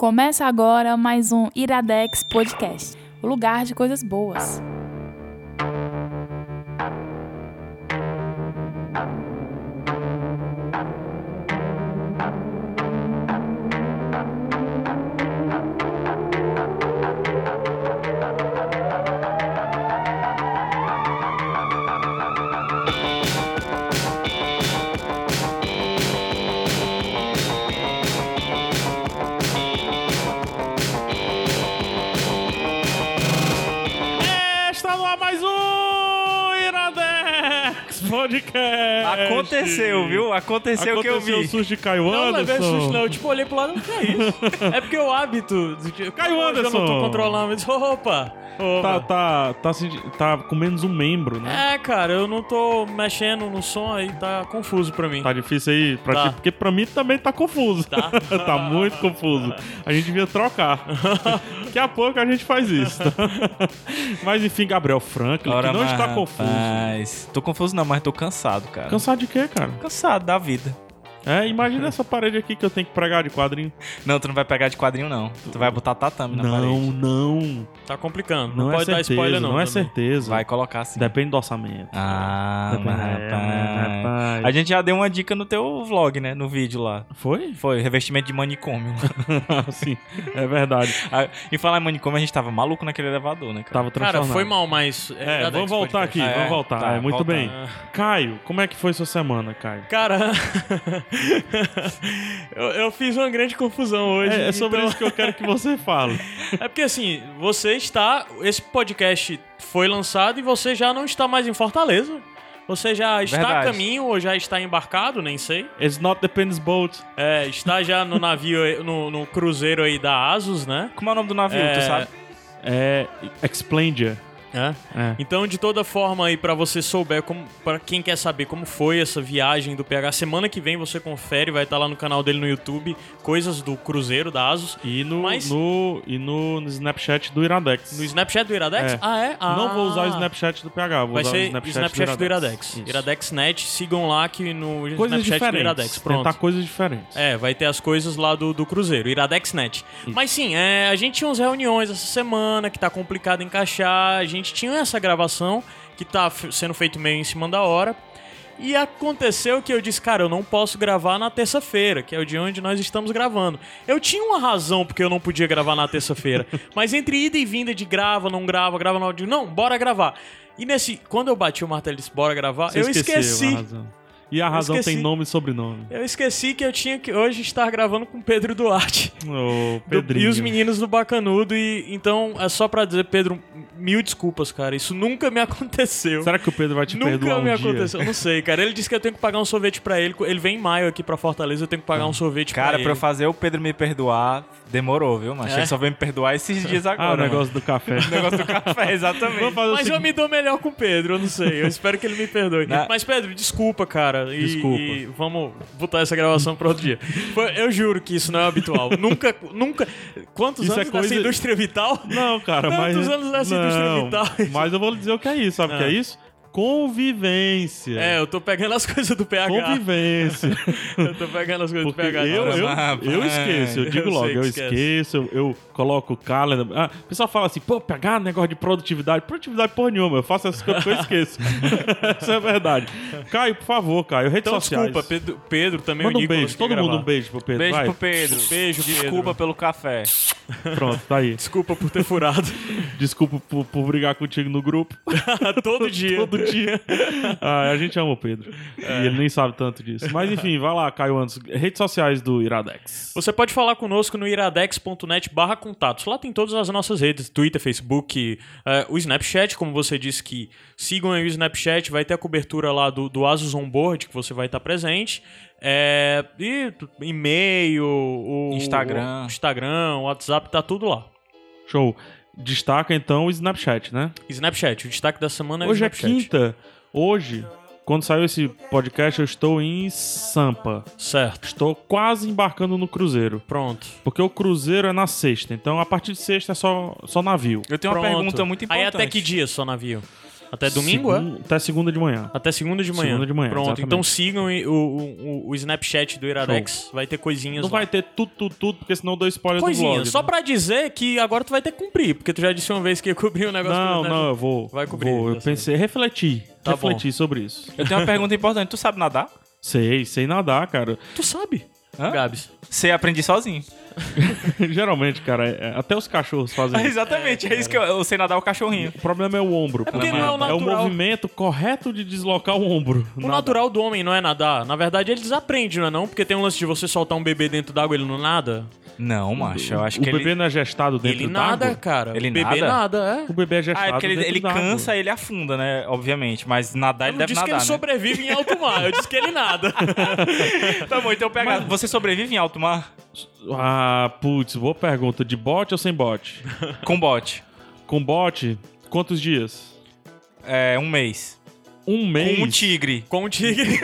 Começa agora mais um Iradex Podcast, o lugar de coisas boas. Podcast. Aconteceu, viu? Aconteceu que eu vi. Aconteceu o susto de Caio Anderson. Não levei susto, não. Eu tipo, olhei pro lado e não é isso. É porque o hábito... Caio Anderson. Eu não tô controlando. Eu disse, opa. Tá com menos um membro, né? É, cara, eu não tô mexendo no som aí, tá confuso pra mim. Tá difícil aí pra ti, porque pra mim também tá confuso. Tá. Tá muito confuso. A gente devia trocar. Daqui a pouco a gente faz isso. Mas enfim, Gabriel Franklin, que não está confuso. Tô confuso não, mas tô cansado, cara. Cansado de quê, cara? Cansado da vida. Imagina essa parede aqui que eu tenho que pregar de quadrinho. Não, tu não vai pegar de quadrinho, não. Tu vai botar tatame na parede. Não. Tá complicando. Não Não é pode certeza, dar spoiler, não. Não é também. certeza. Vai colocar assim. Depende do orçamento. Mas rapaz. rapaz. A gente já deu uma dica no teu vlog, né? No vídeo lá. Foi? Foi, revestimento de manicômio. Sim, é verdade. E falar em manicômio, a gente tava maluco naquele elevador, né, cara? Tava Cara, transtornado. foi mal, mas... Vamos voltar aqui, vamos voltar. Tá, Muito volta. bem. Caio, como é que foi sua semana, Caio? Cara... eu fiz uma grande confusão hoje. É sobre então... isso que eu quero que você fale. É porque assim, você está... Esse podcast foi lançado e você já não está mais em Fortaleza. Você já está Verdade. a caminho ou já está embarcado, nem sei. It's not the Penis Boat. Está já no navio, no cruzeiro aí da Asus, né? Como é o nome do navio, tu sabe? Explanger. É. Então, de toda forma aí, pra você souber, pra quem quer saber como foi essa viagem do PH, semana que vem você confere, vai estar lá no canal dele no YouTube, coisas do cruzeiro da Asus. E no Snapchat do Iradex. No Snapchat do Iradex? Não vou usar o Snapchat do PH, vou vai usar o ser Snapchat do Iradex. Isso. IradexNet, sigam lá que no Coisas Snapchat diferentes. do Iradex. Pronto. Tentar coisas diferentes. Vai ter as coisas lá do cruzeiro, IradexNet. Mas sim, a gente tinha umas reuniões essa semana que tá complicado encaixar, a gente tinha essa gravação que tá sendo feito meio em cima da hora. E aconteceu que eu disse, cara, eu não posso gravar na terça-feira, que é o dia onde nós estamos gravando. Eu tinha uma razão porque eu não podia gravar na terça-feira, mas entre ida e vinda de grava, não grava, eu digo, não, bora gravar. E quando eu bati o martelo e disse, bora gravar, eu esqueci. E a razão tem nome e sobrenome. Eu esqueci que eu tinha que hoje estar gravando com o Pedro Duarte. Ô, Pedrinho. E os meninos do Bacanudo. Então, é só pra dizer, Pedro, mil desculpas, cara. Isso nunca me aconteceu. Será que o Pedro vai te perdoar Nunca me dia? aconteceu. Eu não sei, cara. Ele disse que eu tenho que pagar um sorvete pra ele. Ele vem em maio aqui pra Fortaleza, eu tenho que pagar um sorvete pra ele. Cara, pra eu fazer o Pedro me perdoar, demorou, viu, mas ele só veio me perdoar esses dias agora. O negócio do café. O negócio do café, exatamente. Mas eu me dou melhor com o Pedro, eu não sei. Eu espero que ele me perdoe. Mas, Pedro, desculpa, cara. Desculpa. E vamos botar essa gravação para outro dia. Eu juro que isso não é habitual. Nunca. Quantos isso anos nessa indústria vital? Não, cara, mas... Quantos anos nessa indústria vital? Mas eu vou lhe dizer o que é isso, sabe o que é isso? Convivência. Eu tô pegando as coisas do PH. Convivência. Eu tô pegando as coisas do PH. Eu esqueço, eu digo logo, eu esqueço, eu coloco o calendar. O pessoal fala assim, PH, negócio de produtividade. Produtividade porra nenhuma, eu faço essas coisas que eu esqueço. Essa é a verdade. Caio, por favor, Caio, redes sociais. Desculpa, Pedro também. Manda um beijo, todo mundo um beijo pro Pedro. Beijo vai. pro Pedro. Beijo, Desculpa Pedro. pelo café. Pronto, tá aí. Desculpa por ter furado. Desculpa por brigar contigo no grupo. Todo dia. Todo dia. A gente ama o Pedro. E ele nem sabe tanto disso. Mas enfim, vai lá, Caio Anderson. Redes sociais do Iradex. Você pode falar conosco no iradex.net/contatos. Lá tem todas as nossas redes, Twitter, Facebook, o Snapchat, como você disse que sigam aí o Snapchat, vai ter a cobertura lá do Asus Onboard, que você vai estar presente. E e-mail, o Instagram, o WhatsApp, tá tudo lá. Show. Destaca então o Snapchat, né? Snapchat, o destaque da semana é o Hoje Snapchat. é quinta. Hoje, quando saiu esse podcast, eu estou em Sampa. Certo. Estou quase embarcando no cruzeiro. Pronto. Porque o cruzeiro é na sexta. Então, a partir de sexta é só navio. Eu tenho uma pergunta muito importante. Aí até que dia só navio? Até domingo, Até segunda de manhã. Até segunda de manhã. Segunda de manhã, Pronto, exatamente. então sigam o Snapchat do Iradex. Vai ter coisinhas Não lá. vai ter tudo, porque senão eu dou spoiler Coisinhas, do vlog. só né? pra dizer que agora tu vai ter que cumprir, porque tu já disse uma vez que ia cobrir um negócio. Não, eu vou. Vai cobrir, Eu tá pensei, refleti Tá sobre isso. Eu tenho uma pergunta importante. Tu sabe nadar? Sei nadar, cara. Tu sabe, Hã? Gabs? Você aprendi sozinho. Geralmente, cara, até os cachorros fazem isso. Exatamente, é isso que eu sei nadar o cachorrinho. O problema é o ombro. porque não é o É o natural. movimento correto de deslocar o ombro. O natural do homem não é nadar. Na verdade, ele desaprende, não é não? Porque tem um lance de você soltar um bebê dentro d'água, ele não nada. Não, macho, eu acho O que bebê ele... não é gestado dentro Ele nada, d'água? cara. Ele o bebê nada? O bebê é Ah, gestado é porque ele dentro d'água. cansa, ele afunda, né? Obviamente. Mas nadar ele Eu não deve disse que nadar, ele né? sobrevive em alto mar, eu disse que ele nada. Tá bom, então pega. Você sobrevive em alto mar? Ah, putz, boa pergunta. De bote ou sem bote? Com bote. Com bote, quantos dias? É, 1 mês. Um mês? Com um tigre. Com o tigre.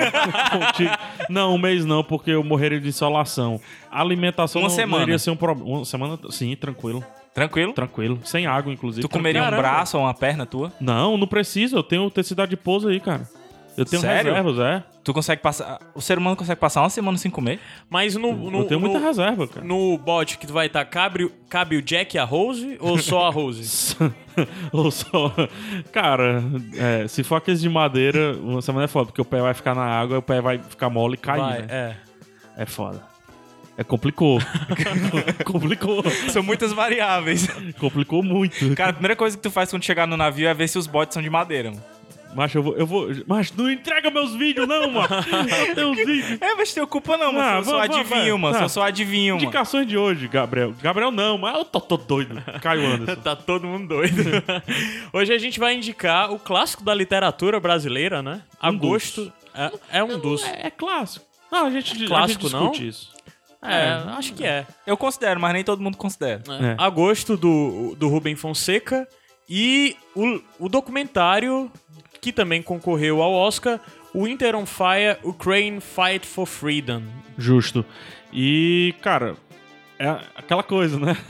Não, um mês não, porque eu morreria de insolação. A alimentação Uma não semana. iria ser um problema. Uma semana, sim, tranquilo. Tranquilo? Tranquilo. Sem água, inclusive. Tu comeria um Tranquilo. braço ou uma perna tua? Não preciso. Eu tenho tecido adiposo aí, cara. Eu tenho Sério? reservas, é. Tu consegue passar... O ser humano consegue passar uma semana sem comer? Mas Eu tenho muita reserva, cara. no bote que tu vai estar, cabe o Jack e a Rose ou só a Rose? Ou só... Cara, se for aqueles de madeira, uma semana é foda, porque o pé vai ficar na água, o pé vai ficar mole e cair, Vai, né? É foda. Complicou. Complicou. São muitas variáveis. Complicou muito. Cara, a primeira coisa que tu faz quando chegar no navio é ver se os botes são de madeira, mano. Macho, eu vou... Macho, não entrega meus vídeos, não, mano. Eu tenho os vídeos. Mas te ocupa não, mano. Ah, Eu sou vai, adivinho, vai. mano. Ah, Eu sou adivinho, mano. Indicações de hoje, Gabriel. Gabriel não, mas eu tô doido. Caio Anderson. Tá todo mundo doido. Hoje a gente vai indicar o clássico da literatura brasileira, né? Agosto. É um dos. É clássico. Não, a gente clássico, discute não? isso. Acho que é. Eu considero, mas nem todo mundo considera. É. Agosto do Rubem Fonseca e o documentário que também concorreu ao Oscar, Winter on Fire, Ukraine Fight for Freedom. Justo. E, cara, é aquela coisa, né?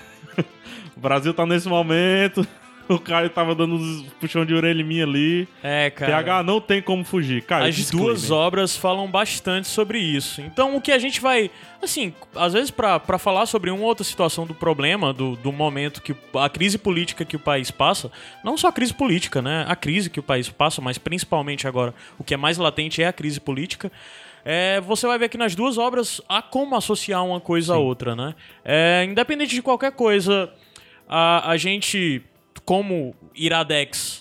O Brasil tá nesse momento, o Caio tava dando uns puxão de orelha em mim ali. Cara. PH não tem como fugir. Caio, As duas obras falam bastante sobre isso. Então, o que a gente vai... Assim, às vezes pra falar sobre uma outra situação do problema, do momento que... A crise política que o país passa, não só a crise política, né? A crise que o país passa, mas principalmente agora, o que é mais latente é a crise política. Você vai ver que nas duas obras há como associar uma coisa à outra, né? Independente de qualquer coisa, a gente, como Iradex,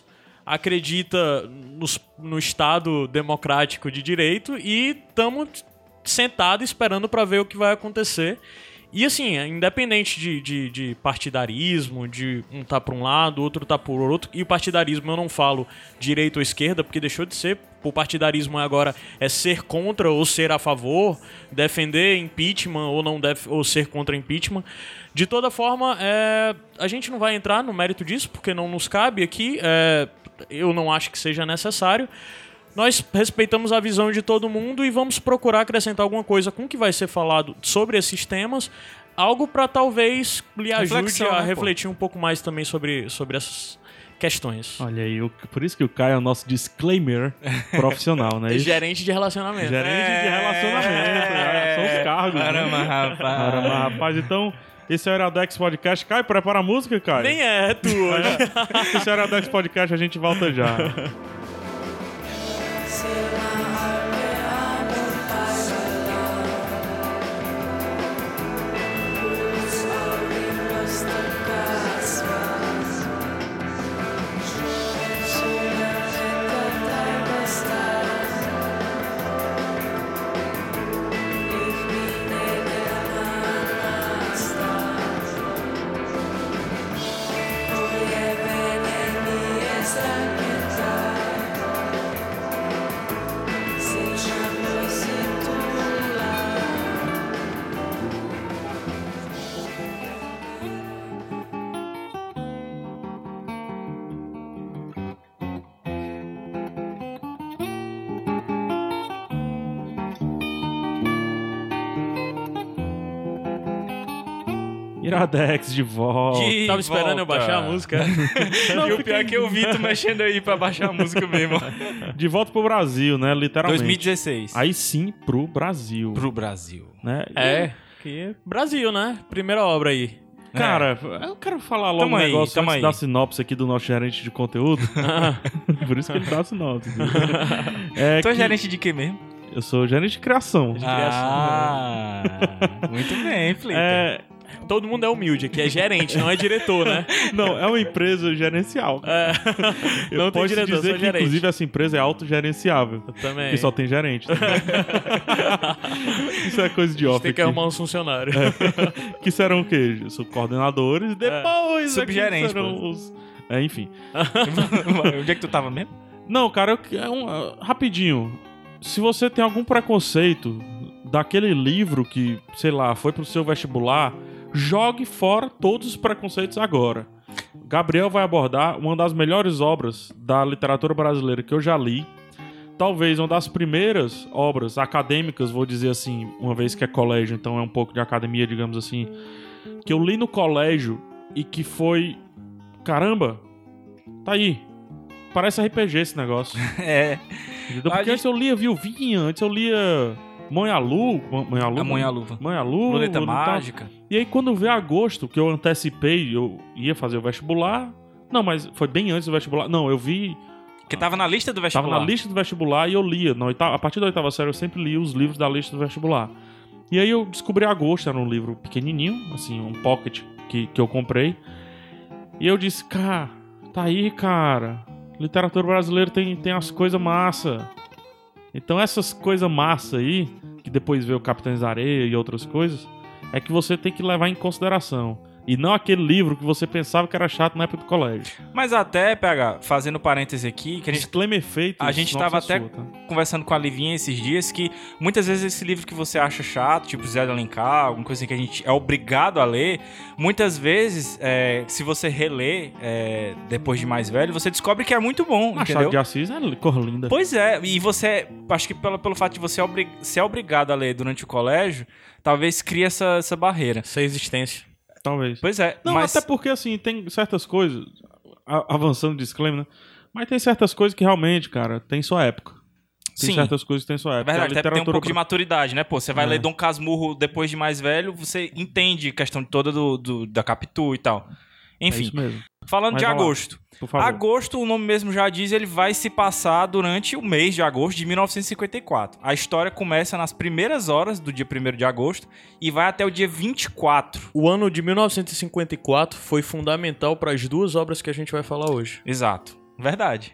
acredita no Estado democrático de direito e estamos sentados esperando para ver o que vai acontecer. E assim, independente de partidarismo, de um tá por um lado, outro tá por outro, e o partidarismo eu não falo direita ou esquerda, porque deixou de ser. O partidarismo agora é ser contra ou ser a favor, defender impeachment ou ser contra impeachment. De toda forma, a gente não vai entrar no mérito disso, porque não nos cabe aqui, eu não acho que seja necessário. Nós respeitamos a visão de todo mundo e vamos procurar acrescentar alguma coisa com o que vai ser falado sobre esses temas, algo para talvez lhe ajude a refletir um pouco mais também sobre essas questões. Olha aí, por isso que o Caio é o nosso disclaimer profissional, né? Gerente de relacionamento. Gerente de relacionamento, são os cargos. Caramba, né? rapaz. Caramba, rapaz. Então, esse é o Iradex Podcast. Caio, prepara a música, Caio. Nem é tu hoje. Esse é o Iradex Podcast, a gente volta já. Oye, ven en mi extrañeza. Iradex de volta. Tava esperando eu baixar a música. Não, e o pior é que eu vi tu mexendo aí pra baixar a música mesmo. De volta pro Brasil, né? Literalmente. 2016. Aí sim, pro Brasil. Pro Brasil. Né? Que Brasil, né? Primeira obra aí. Cara, eu quero falar logo um negócio antes da sinopse aqui do nosso gerente de conteúdo. Por isso que ele dá a sinopse. Tu é gerente de quê mesmo? Eu sou gerente de criação. Muito bem, Felipe. Todo mundo é humilde aqui, é gerente, não é diretor, né? Não, é uma empresa gerencial. Eu não posso tem diretor, dizer só que, gerente. inclusive, essa empresa é autogerenciável. Também. Que só tem gerente. Isso é coisa de off. Tem que arrumar uns funcionários. Que serão o quê? Subcoordenadores e depois... Subgerentes, enfim. Onde é que tu tava mesmo? Não, cara, rapidinho. Se você tem algum preconceito daquele livro que, sei lá, foi pro seu vestibular, jogue fora todos os preconceitos agora. Gabriel vai abordar uma das melhores obras da literatura brasileira que eu já li. Talvez uma das primeiras obras acadêmicas, vou dizer assim, uma vez que é colégio, então é um pouco de academia, digamos assim, que eu li no colégio e que foi... Caramba, tá aí. Parece RPG esse negócio. Porque antes eu lia Viuvinha, antes eu lia Monha-Luva. Roleta Mágica. E aí quando veio agosto, que eu antecipei, eu ia fazer o vestibular. Não, mas foi bem antes do vestibular. Não, eu vi... Que tava na lista do vestibular. Tava na lista do vestibular e eu lia. A partir da 8ª série eu sempre li os livros da lista do vestibular. E aí eu descobri Agosto, era um livro pequenininho, assim, um pocket que eu comprei. E eu disse, cara, tá aí, cara. Literatura brasileira tem as coisas massa. Então essas coisas massa aí, que depois veio o Capitães da Areia e outras coisas, é que você tem que levar em consideração. E não aquele livro que você pensava que era chato na época do colégio. Mas até, PH, fazendo parêntese aqui... que disclaimer feito. A gente tava até conversando com a Livinha esses dias que muitas vezes esse livro que você acha chato, tipo Zé de Alencar, alguma coisa assim que a gente é obrigado a ler, muitas vezes, se você reler depois de mais velho, você descobre que é muito bom, Machado entendeu? de Assis é cor linda. Pois é, e você, acho que pelo fato de você ser obrigado a ler durante o colégio, talvez crie essa barreira. Essa existência. Talvez. Pois é. Não, mas... até porque, assim, tem certas coisas... Avançando o disclaimer, né? Mas tem certas coisas que realmente, cara, tem sua época. Tem certas coisas que tem sua época. É verdade, até tem um pouco de maturidade, né? Pô, você vai ler Dom Casmurro depois de mais velho, você entende a questão toda da Capitu e tal. Enfim. É isso mesmo. Falando Mas de agosto. Por favor. Agosto, o nome mesmo já diz, ele vai se passar durante o mês de agosto de 1954. A história começa nas primeiras horas do dia 1º de agosto e vai até o dia 24. O ano de 1954 foi fundamental para as duas obras que a gente vai falar hoje. Exato. Verdade.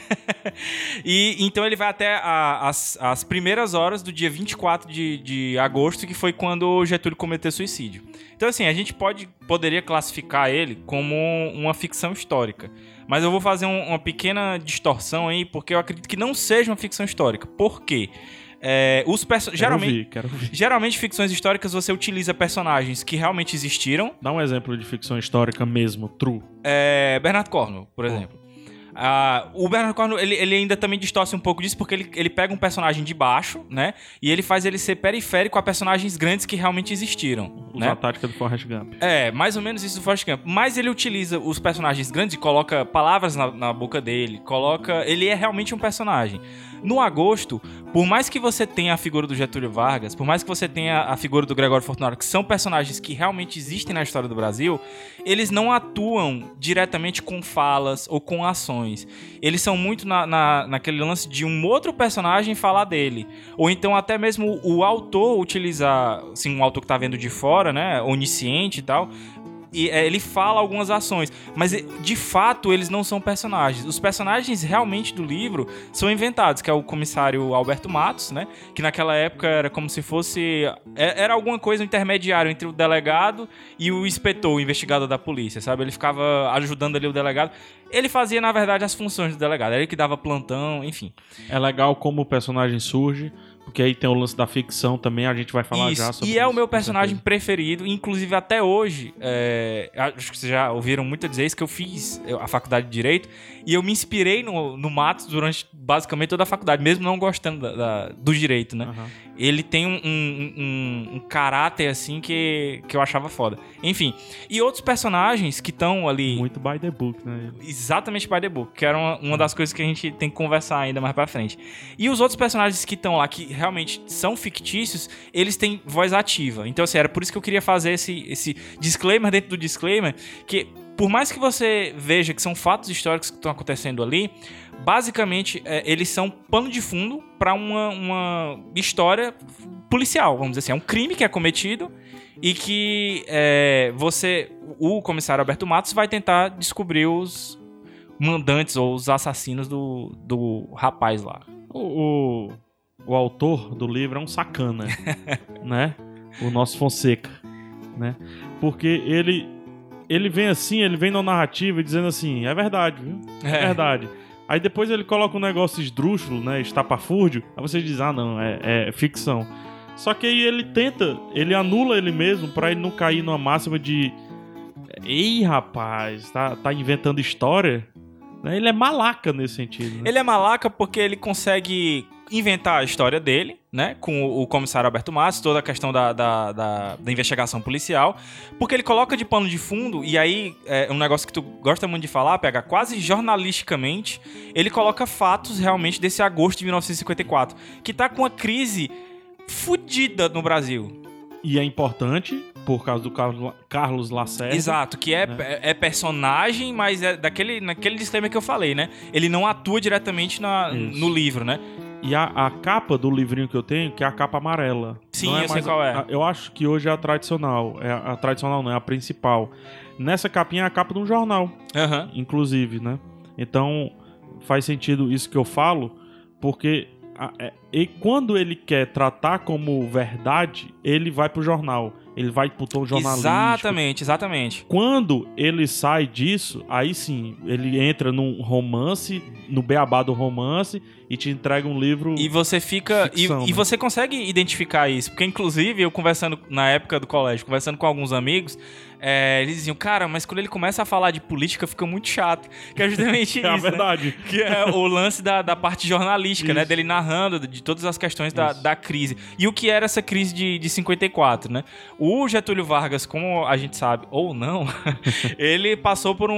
E então ele vai até as primeiras horas do dia 24 de agosto, que foi quando Getúlio cometeu suicídio. Então, assim, a gente poderia classificar ele como uma ficção histórica. Mas eu vou fazer uma pequena distorção aí, porque eu acredito que não seja uma ficção histórica. Por quê? Geralmente, ficções históricas você utiliza personagens que realmente existiram. Dá um exemplo de ficção histórica mesmo, true. Bernardo Cornwell, por exemplo. O Bernardo Cornwell, ele ainda também distorce um pouco disso, porque ele pega um personagem de baixo, né? E ele faz ele ser periférico a personagens grandes que realmente existiram. Usa a tática do Forrest Gump. Mais ou menos isso do Forrest Gump. Mas ele utiliza os personagens grandes e coloca palavras na boca dele. Ele é realmente um personagem. No Agosto, por mais que você tenha a figura do Getúlio Vargas, por mais que você tenha a figura do Gregório Fortunato, que são personagens que realmente existem na história do Brasil, eles não atuam diretamente com falas ou com ações. Eles são muito naquele lance de um outro personagem falar dele. Ou então até mesmo o autor utilizar, assim, um autor que tá vendo de fora, né, onisciente e tal, e ele fala algumas ações, mas de fato eles não são personagens. Os personagens realmente do livro são inventados, que é o comissário Alberto Matos, né? Que naquela época era como se fosse... Era alguma coisa intermediário entre o delegado e o inspetor, o investigador da polícia, sabe? Ele ficava ajudando ali o delegado. Ele fazia, na verdade, as funções do delegado. Era ele que dava plantão, enfim. É legal como o personagem surge, Porque aí tem o lance da ficção também, a gente vai falar já sobre isso. E é o meu personagem preferido, inclusive até hoje, acho que vocês já ouviram muito dizer isso, que eu fiz a faculdade de Direito, e eu me inspirei no Matos durante basicamente toda a faculdade, mesmo não gostando do Direito, né? Uhum. Ele tem um caráter, assim, que eu achava foda. Enfim, e outros personagens que estão ali... Muito by the book, né? Exatamente by the book, que era uma das coisas que a gente tem que conversar ainda mais pra frente. E os outros personagens que estão lá, que realmente são fictícios, eles têm voz ativa. Então, assim, era por isso que eu queria fazer esse disclaimer dentro do disclaimer, que por mais que você veja que são fatos históricos que estão acontecendo ali, basicamente, eles são pano de fundo para uma história policial, vamos dizer assim. É um crime que é cometido e que o comissário Alberto Matos vai tentar descobrir os mandantes ou os assassinos do rapaz lá. O autor do livro é um sacana, né? O nosso Fonseca, né? Porque ele vem assim, ele vem na narrativa dizendo assim, é verdade, viu? É verdade. Aí depois ele coloca um negócio esdrúxulo, né? Estapafúrdio. Aí você diz, não, é ficção. Só que aí ele anula ele mesmo pra ele não cair numa máxima de ei, rapaz, tá inventando história. Ele é malaca nesse sentido, né? Ele é malaca porque ele consegue inventar a história dele, né? Com o comissário Alberto Matos, toda a questão da investigação policial. Porque ele coloca de pano de fundo, e aí é um negócio que tu gosta muito de falar, pega quase jornalisticamente, ele coloca fatos realmente desse agosto de 1954, que tá com uma crise fudida no Brasil. E é importante, por causa do Carlos Lacerda. Exato, que é personagem, mas é naquele disclaimer que eu falei, né? Ele não atua diretamente no livro, né? E a capa do livrinho que eu tenho, que é a capa amarela. Sim, eu sei qual é. Eu acho que hoje é a tradicional. A tradicional não, é a principal. Nessa capinha é a capa de um jornal, inclusive, né? Então, faz sentido isso que eu falo, porque... E quando ele quer tratar como verdade, ele vai pro jornal. Ele vai pro tom jornalístico. Exatamente. Quando ele sai disso, aí sim, ele entra num romance, no beabá do romance, e te entrega um livro. E você fica. Ficção, e você consegue identificar isso. Porque, inclusive, eu conversando na época do colégio, conversando com alguns amigos, eles diziam, cara, mas quando ele começa a falar de política, fica muito chato. Que é justamente isso. É a verdade. Né? Que é o lance da parte jornalística, isso. Né? Dele narrando de todas as questões da crise. E o que era essa crise de 54, né? O Getúlio Vargas, como a gente sabe, ou não, ele passou por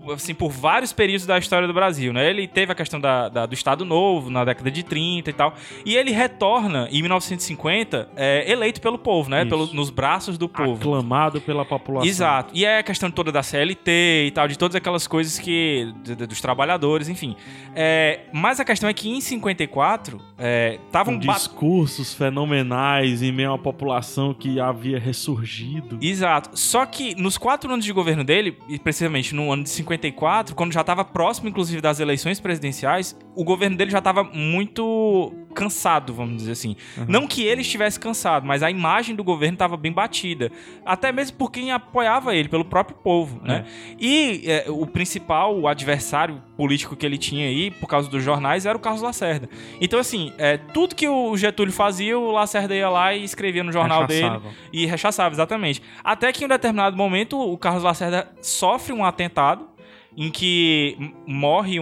vários períodos da história do Brasil, né? Ele teve a questão do Estado Novo, na década de 30 e tal, e ele retorna, em 1950, eleito pelo povo, né? Nos braços do povo. Aclamado pela população. Exato. E é a questão toda da CLT e tal, de todas aquelas coisas dos trabalhadores, enfim. Mas a questão é que em 54, estavam... discursos fenomenais em meio a uma população que havia ressurgido. Exato. Só que nos 4 anos de governo dele, e precisamente no ano de 54, quando já estava próximo, inclusive, das eleições presidenciais, o governo dele já estava muito cansado, vamos dizer assim. Não que ele estivesse cansado, mas a imagem do governo estava bem batida. Até mesmo por quem apoiava ele, pelo próprio povo, né? E o principal adversário político que ele tinha aí, por causa dos jornais, era o Carlos Lacerda. Então, assim, tudo que o Getúlio fazia, o Lacerda ia lá e escrevia no jornal dele. E rechaçava, exatamente. Até que em um determinado momento, o Carlos Lacerda sofre um atentado, em que morre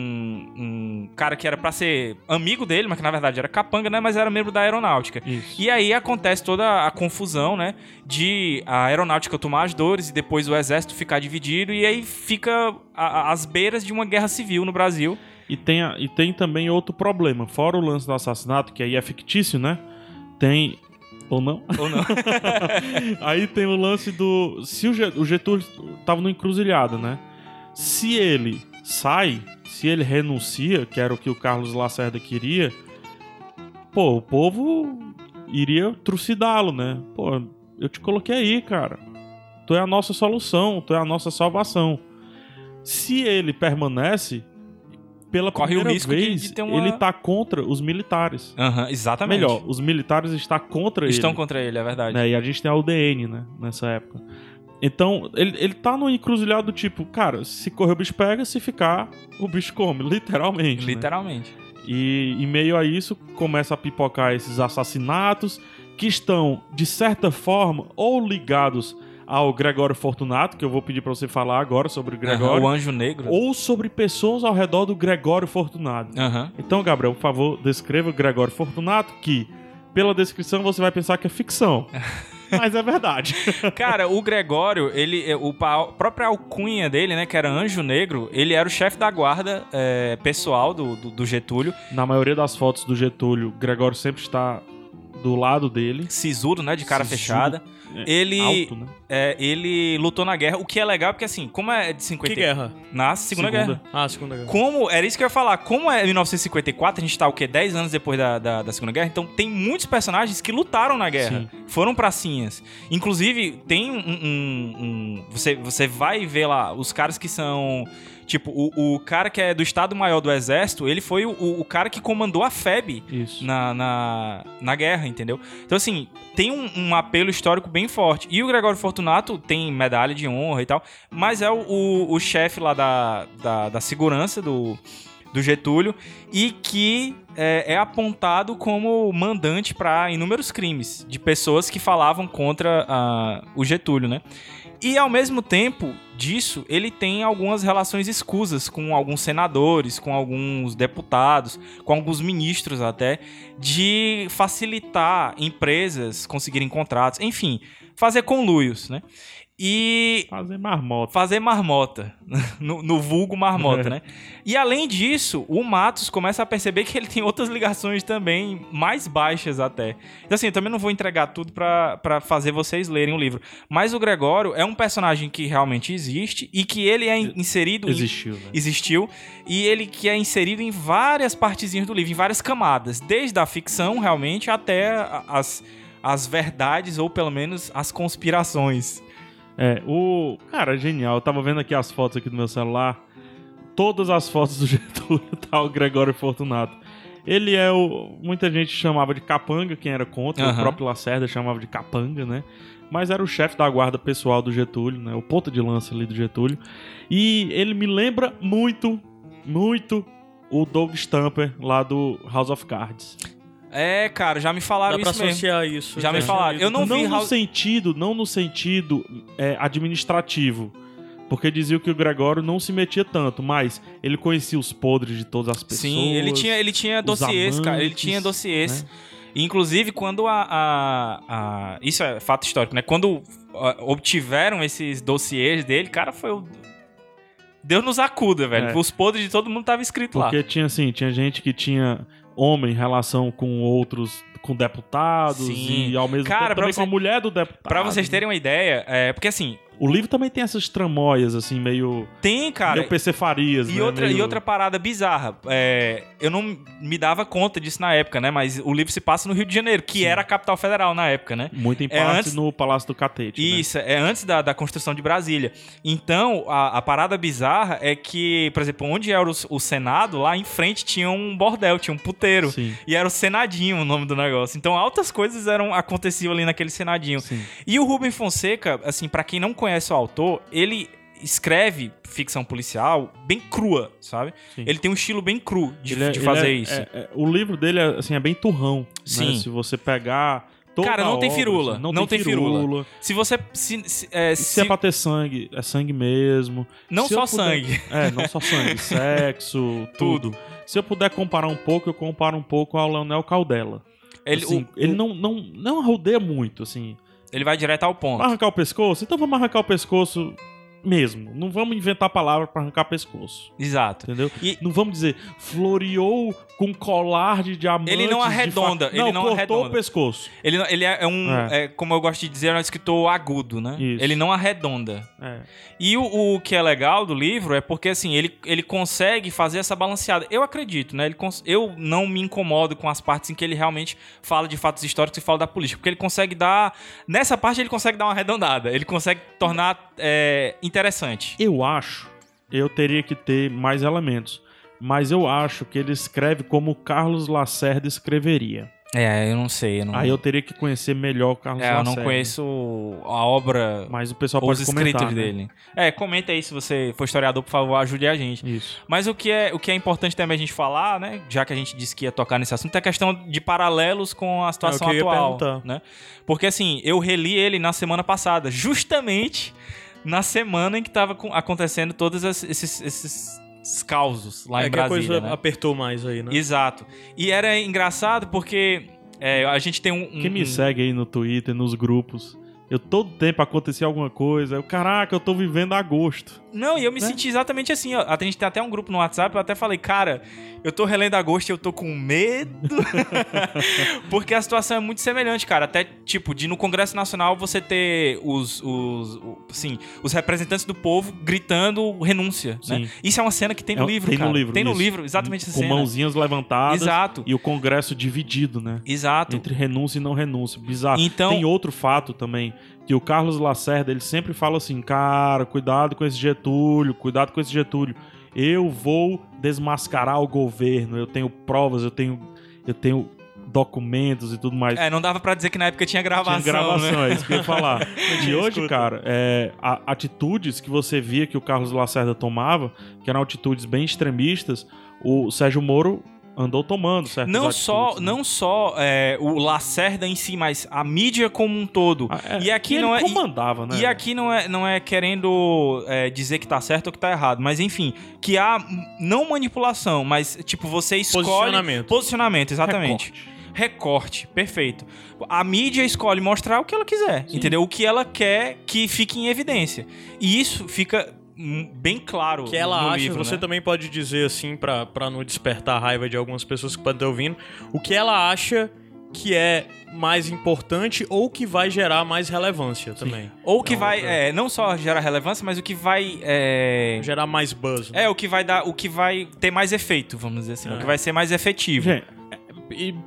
um cara que era pra ser amigo dele, mas que na verdade era capanga, né? Mas era membro da aeronáutica. Isso. E aí acontece toda a confusão, né? De a aeronáutica tomar as dores e depois o exército ficar dividido. E aí fica às beiras de uma guerra civil no Brasil. E tem também outro problema. Fora o lance do assassinato, que aí é fictício, né? Tem... Ou não? Aí tem o lance do... Se o Getúlio tava no encruzilhado, né? Se ele sai, se ele renuncia, que era o que o Carlos Lacerda queria, o povo iria trucidá-lo, né? Eu te coloquei aí, cara. Tu é a nossa solução, tu é a nossa salvação. Se ele permanece, pela primeira vez, de ter ele tá contra os militares. Exatamente. Melhor, os militares estão contra ele. Estão contra ele, é verdade. Né? E a gente tem a UDN, né? Nessa época. Então, ele tá no encruzilhado do tipo, cara, se correr o bicho pega, se ficar, o bicho come, literalmente. Literalmente. Né? E em meio a isso, começa a pipocar esses assassinatos que estão, de certa forma, ou ligados ao Gregório Fortunato, que eu vou pedir pra você falar agora sobre o Gregório. O Anjo Negro. Ou sobre pessoas ao redor do Gregório Fortunato. Então, Gabriel, por favor, descreva o Gregório Fortunato, que, pela descrição, você vai pensar que é ficção. Mas é verdade. Cara, o Gregório, a própria alcunha dele, né, que era Anjo Negro, ele era o chefe da guarda pessoal do Getúlio. Na maioria das fotos do Getúlio, Gregório sempre está do lado dele. Sisudo, né, de cara fechada. Ele, alto, né? Ele lutou na guerra, o que é legal, porque assim, como é de 50... Que guerra? Na Segunda Guerra. Segunda Guerra. Era isso que eu ia falar. Como é 1954, a gente tá, 10 anos depois da Segunda Guerra, então tem muitos personagens que lutaram na guerra. Sim. Foram pracinhas. Inclusive, tem você vai ver lá os caras que são... Tipo, o cara que é do Estado-Maior do Exército, ele foi o cara que comandou a FEB na guerra, entendeu? Então, assim, tem um apelo histórico bem forte. E o Gregório Fortunato tem medalha de honra e tal, mas é o chefe lá da segurança do Getúlio e que é apontado como mandante para inúmeros crimes de pessoas que falavam contra o Getúlio, né? E, ao mesmo tempo disso, ele tem algumas relações escusas com alguns senadores, com alguns deputados, com alguns ministros até, de facilitar empresas conseguirem contratos, enfim, fazer conluios, né? E... Fazer marmota. No vulgo marmota, né? E além disso, o Matos começa a perceber que ele tem outras ligações também, mais baixas até. Então assim, eu também não vou entregar tudo pra fazer vocês lerem o livro. Mas o Gregório é um personagem que realmente existe e que ele é inserido... Existiu. E ele que é inserido em várias partezinhas do livro, em várias camadas. Desde a ficção, realmente, até as verdades, ou pelo menos as conspirações. Cara, genial. Eu tava vendo aqui as fotos aqui do meu celular. Todas as fotos do Getúlio tá o Gregório Fortunato. Ele é muita gente chamava de capanga, quem era contra. O próprio Lacerda chamava de capanga, né? Mas era o chefe da guarda pessoal do Getúlio, né? O ponta de lança ali do Getúlio. E ele me lembra muito, muito o Doug Stamper lá do House of Cards. Cara, já me falaram isso mesmo. Dá pra associar isso. Já me falaram. Eu não vi... Não no sentido administrativo, porque diziam que o Gregório não se metia tanto, mas ele conhecia os podres de todas as pessoas. Sim, ele tinha dossiês, cara. Ele tinha dossiês. Né? Inclusive, quando isso é fato histórico, né? Quando obtiveram esses dossiês dele, cara, foi o... Deus nos acuda, velho. Os podres de todo mundo estavam escritos lá. Porque tinha gente que tinha... homem em relação com outros, com deputados. Sim. E ao mesmo tempo também com a mulher do deputado. Pra vocês terem uma ideia, porque assim... O livro também tem essas tramóias, assim, meio... Tem, cara. Meio PC Farias, e né? E outra parada bizarra. Eu não me dava conta disso na época, né? Mas o livro se passa no Rio de Janeiro, que era a capital federal na época, né? Muito em parte no Palácio do Catete. Isso, né? Antes da construção de Brasília. Então, a parada bizarra é que, por exemplo, onde era o Senado, lá em frente tinha um bordel, tinha um puteiro. Sim. E era o Senadinho o nome do negócio. Então, altas coisas aconteciam ali naquele Senadinho. Sim. E o Rubem Fonseca, assim, pra quem não conhece o autor, ele escreve ficção policial bem crua, sabe? Sim. Ele tem um estilo bem cru de fazer isso. O livro dele é bem turrão. Sim. Né? Se você pegar... Cara, não tem firula. Não tem firula. Se você... Se é pra ter sangue, é sangue mesmo. Não só sangue. Não só sangue. Sexo, tudo. Se eu puder comparar um pouco, eu comparo um pouco ao Leonel Caldela. Ele não rodeia muito, assim... Ele vai direto ao ponto. Vai arrancar o pescoço? Então vamos arrancar o pescoço mesmo. Não vamos inventar palavra pra arrancar pescoço. Exato. Entendeu? Não vamos dizer floreou com colar de diamantes. Ele não arredonda. Ele não cortou o pescoço. Ele é como eu gosto de dizer, é um escritor agudo, né? Isso. Ele não arredonda. E o que é legal do livro é porque, assim, ele consegue fazer essa balanceada. Eu acredito, né? Eu não me incomodo com as partes em que ele realmente fala de fatos históricos e fala da política. Porque ele consegue dar... Nessa parte, ele consegue dar uma arredondada. Ele consegue tornar interessante. Eu teria que ter mais elementos. Mas eu acho que ele escreve como Carlos Lacerda escreveria. Eu não sei. Aí eu teria que conhecer melhor o Carlos Lacerda. Eu não conheço a obra... Mas o pessoal os pode comentar, escritos dele. Comenta aí se você for historiador, por favor, ajude a gente. Isso. Mas o que é importante também a gente falar, né? Já que a gente disse que ia tocar nesse assunto, é a questão de paralelos com a situação atual. Né? Porque assim, eu reli ele na semana passada, justamente na semana em que estava acontecendo todos esses causos lá em Brasília. Que a coisa né? apertou mais aí, né? Exato. E era engraçado porque a gente tem Quem me segue aí no Twitter, nos grupos, todo tempo acontecia alguma coisa, caraca, eu tô vivendo agosto. Não, e eu me senti exatamente assim, ó. A gente tem até um grupo no WhatsApp, eu até falei, cara, eu tô relendo agosto e eu tô com medo. Porque a situação é muito semelhante, cara. Até, tipo, de no Congresso Nacional você ter os representantes do povo gritando renúncia, né? Isso é uma cena que tem no livro, cara. Tem no livro, exatamente essa cena. Com mãozinhas levantadas. Exato. E o Congresso dividido, né? Exato. Entre renúncia e não renúncia. Bizarro. Então... Tem outro fato também, que o Carlos Lacerda, ele sempre fala assim, cara, cuidado com esse Getúlio, eu vou desmascarar o governo, eu tenho provas, eu tenho documentos e tudo mais. Não dava pra dizer que na época tinha gravação, né? É isso que eu ia falar. E hoje, cara, atitudes que você via que o Carlos Lacerda tomava, que eram atitudes bem extremistas, o Sérgio Moro andou tomando certas atitudes. Não só o Lacerda em si, mas a mídia como um todo. E aqui não comandava, né? E aqui não é querendo dizer que tá certo ou que tá errado, mas enfim, que há não manipulação, mas tipo, você escolhe... Posicionamento, exatamente. Recorte, perfeito. A mídia escolhe mostrar o que ela quiser, entendeu? O que ela quer que fique em evidência. E isso fica... bem claro que ela no acha, livro, você né? também pode dizer assim, pra não despertar a raiva de algumas pessoas que podem estar ouvindo, o que ela acha que é mais importante ou que vai gerar mais relevância também. Ou que vai, não só gerar relevância, mas o que vai... gerar mais buzz. Né? O que vai ter mais efeito, vamos dizer assim. O que vai ser mais efetivo. Gente,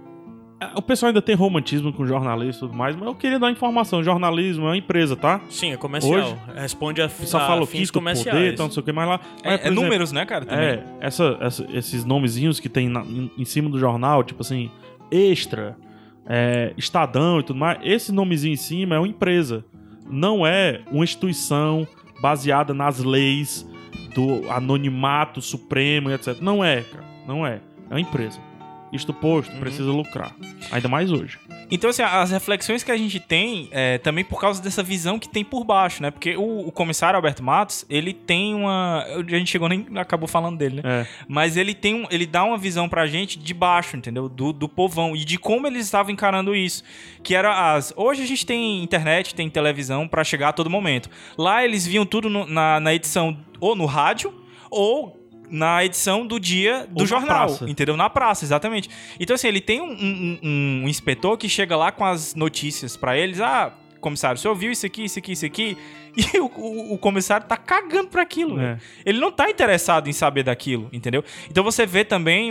o pessoal ainda tem romantismo com jornalismo e tudo mais, mas eu queria dar informação. Jornalismo é uma empresa, tá? Sim, é comercial. Hoje, responde a só fala fins comerciais. Poder, então, não sei o que mais lá. Mas, exemplo, números, né, cara? Também. Esses nomezinhos que tem em cima do jornal, tipo assim, Extra, Estadão e tudo mais, esse nomezinho em cima é uma empresa. Não é uma instituição baseada nas leis do anonimato supremo e etc. Não é, cara. Não é. É uma empresa. Isto posto, precisa lucrar. Ainda mais hoje. Então, assim, as reflexões que a gente tem também por causa dessa visão que tem por baixo, né? Porque o comissário Alberto Matos, ele tem uma... A gente nem acabou falando dele, né? Mas ele dá uma visão pra gente de baixo, entendeu? Do povão. E de como eles estavam encarando isso. Que era hoje a gente tem internet, tem televisão pra chegar a todo momento. Lá eles viam tudo na edição ou no rádio ou na edição do dia do jornal, entendeu? Na praça, exatamente. Então, assim, ele tem um inspetor que chega lá com as notícias pra eles. Comissário, o senhor viu isso aqui, isso aqui, isso aqui? E o comissário tá cagando pra aquilo, né? Ele não tá interessado em saber daquilo, entendeu? Então você vê também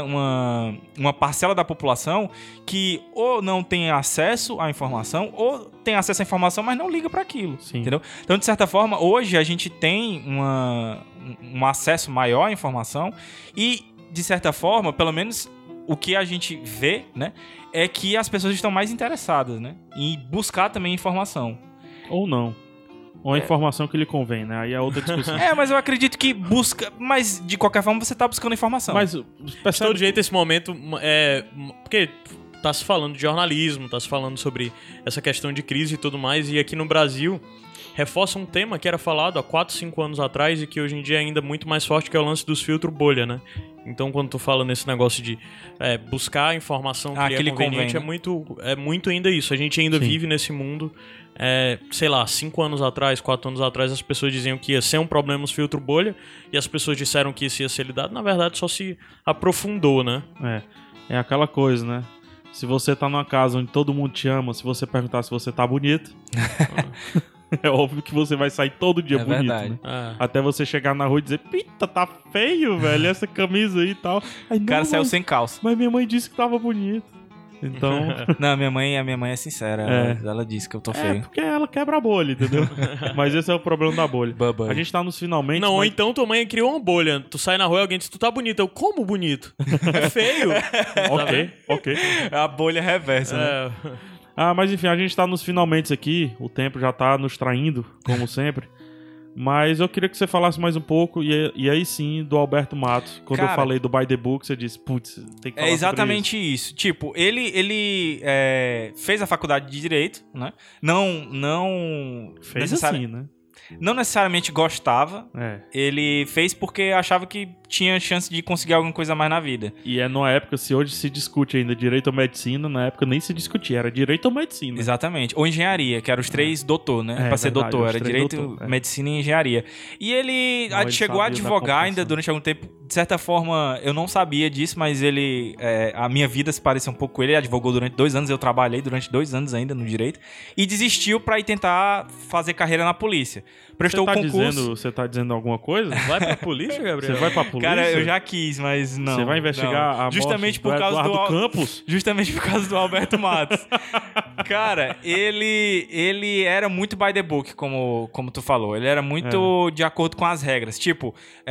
uma parcela da população que ou não tem acesso à informação, ou tem acesso à informação, mas não liga pra aquilo, entendeu? Então, de certa forma, hoje a gente tem um acesso maior à informação e, de certa forma, pelo menos o que a gente vê, né, é que as pessoas estão mais interessadas, né, em buscar também informação. Ou não. Ou a informação que lhe convém, né? Aí é outra discussão. Mas eu acredito que busca... Mas, de qualquer forma, você tá buscando informação. Mas, de todo jeito, esse momento... Porque tá se falando de jornalismo, tá se falando sobre essa questão de crise e tudo mais, e aqui no Brasil reforça um tema que era falado há 4, 5 anos atrás e que hoje em dia é ainda muito mais forte, que é o lance dos filtros bolha, né? Então, quando tu fala nesse negócio de buscar a informação que é conveniente, convém, né? é muito ainda isso. A gente ainda vive nesse mundo... sei lá, 5 anos atrás, 4 anos atrás, as pessoas diziam que ia ser um problema os filtros bolha e as pessoas disseram que isso ia ser lidado. Na verdade, só se aprofundou, né? É aquela coisa, né? Se você tá numa casa onde todo mundo te ama, se você perguntar se você tá bonito... É óbvio que você vai sair todo dia bonito, verdade. Né? Até você chegar na rua e dizer, pita, tá feio, velho, essa camisa aí e tal. Aí, o cara saiu sem calça. Mas minha mãe disse que tava bonito. Então... Não, a minha mãe é sincera. Ela disse que eu tô feio. Porque ela quebra a bolha, entendeu? Mas esse é o problema da bolha. Bubble. A gente tá nos finalmente... Não, ou então tua mãe criou uma bolha. Tu sai na rua e alguém diz, tu tá bonito. Eu, como bonito? É feio. Ok. É a bolha reversa, né? Mas enfim, a gente tá nos finalmente aqui. O tempo já tá nos traindo, como sempre. Mas eu queria que você falasse mais um pouco, e aí sim, do Alberto Matos. Quando eu falei do By the Book, você disse, putz, tem que falar É exatamente isso. Tipo, ele fez a faculdade de Direito, né? Não fez assim, né? Não necessariamente gostava. Ele fez porque achava que tinha chance de conseguir alguma coisa a mais na vida. E é numa época, se hoje se discute ainda direito ou medicina, na época nem se discutia, era direito ou medicina. Exatamente. Ou engenharia, que eram os três doutor, né? Pra ser doutor, era direito, medicina e engenharia. E ele chegou a advogar ainda durante algum tempo. De certa forma, eu não sabia disso, mas ele... a minha vida se parecia um pouco com ele. Ele advogou durante 2 anos, eu trabalhei durante 2 anos ainda no direito. E desistiu pra ir tentar fazer carreira na polícia. Prestou o concurso. Você tá dizendo alguma coisa? Vai pra polícia, Gabriel? Você vai pra polícia? Cara, eu já quis, mas não. Você vai investigar a justamente morte por causa Eduardo Campos? Justamente por causa do Alberto Matos. Cara, ele era muito by the book, como tu falou. Ele era muito de acordo com as regras. Tipo,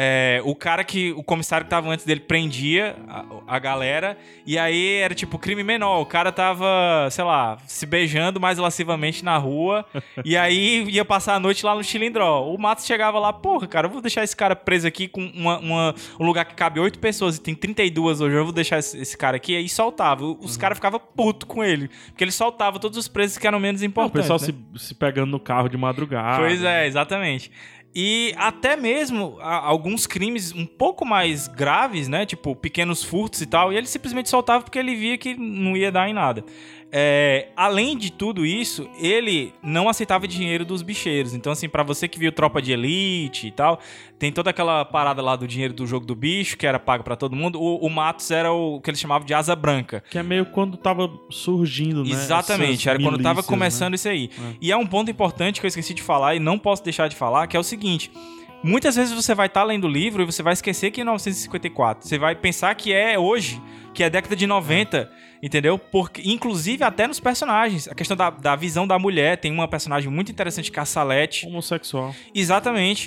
o comissário que tava antes dele prendia a galera, e aí era tipo crime menor. O cara tava, sei lá, se beijando mais lascivamente na rua, e aí ia passar a noite lá no Chilindró. O Matos chegava lá, porra, cara, eu vou deixar esse cara preso aqui com um lugar que cabe 8 pessoas e tem 32 hoje, eu vou deixar esse cara aqui, aí soltava. Os caras ficavam putos com ele, porque ele soltava todos os presos que eram menos importantes. O pessoal se pegando no carro de madrugada. Pois é, exatamente. E até mesmo alguns crimes um pouco mais graves, né? Tipo, pequenos furtos e tal, e ele simplesmente soltava porque ele via que não ia dar em nada. Além de tudo isso, ele não aceitava dinheiro dos bicheiros. Então, assim, pra você que viu Tropa de Elite e tal, tem toda aquela parada lá do dinheiro do jogo do bicho, que era pago pra todo mundo. O Matos era o que eles chamavam de asa branca. Que é meio quando tava surgindo, né? Exatamente, era quando tava começando, né? Isso aí. E é um ponto importante que eu esqueci de falar e não posso deixar de falar, que é o seguinte... Muitas vezes você vai estar lendo o livro e você vai esquecer que é 1954. Você vai pensar que é hoje, que é a década de 90, entendeu? Porque, inclusive até nos personagens. A questão da visão da mulher. Tem uma personagem muito interessante, que é a Salete. Homossexual. Exatamente.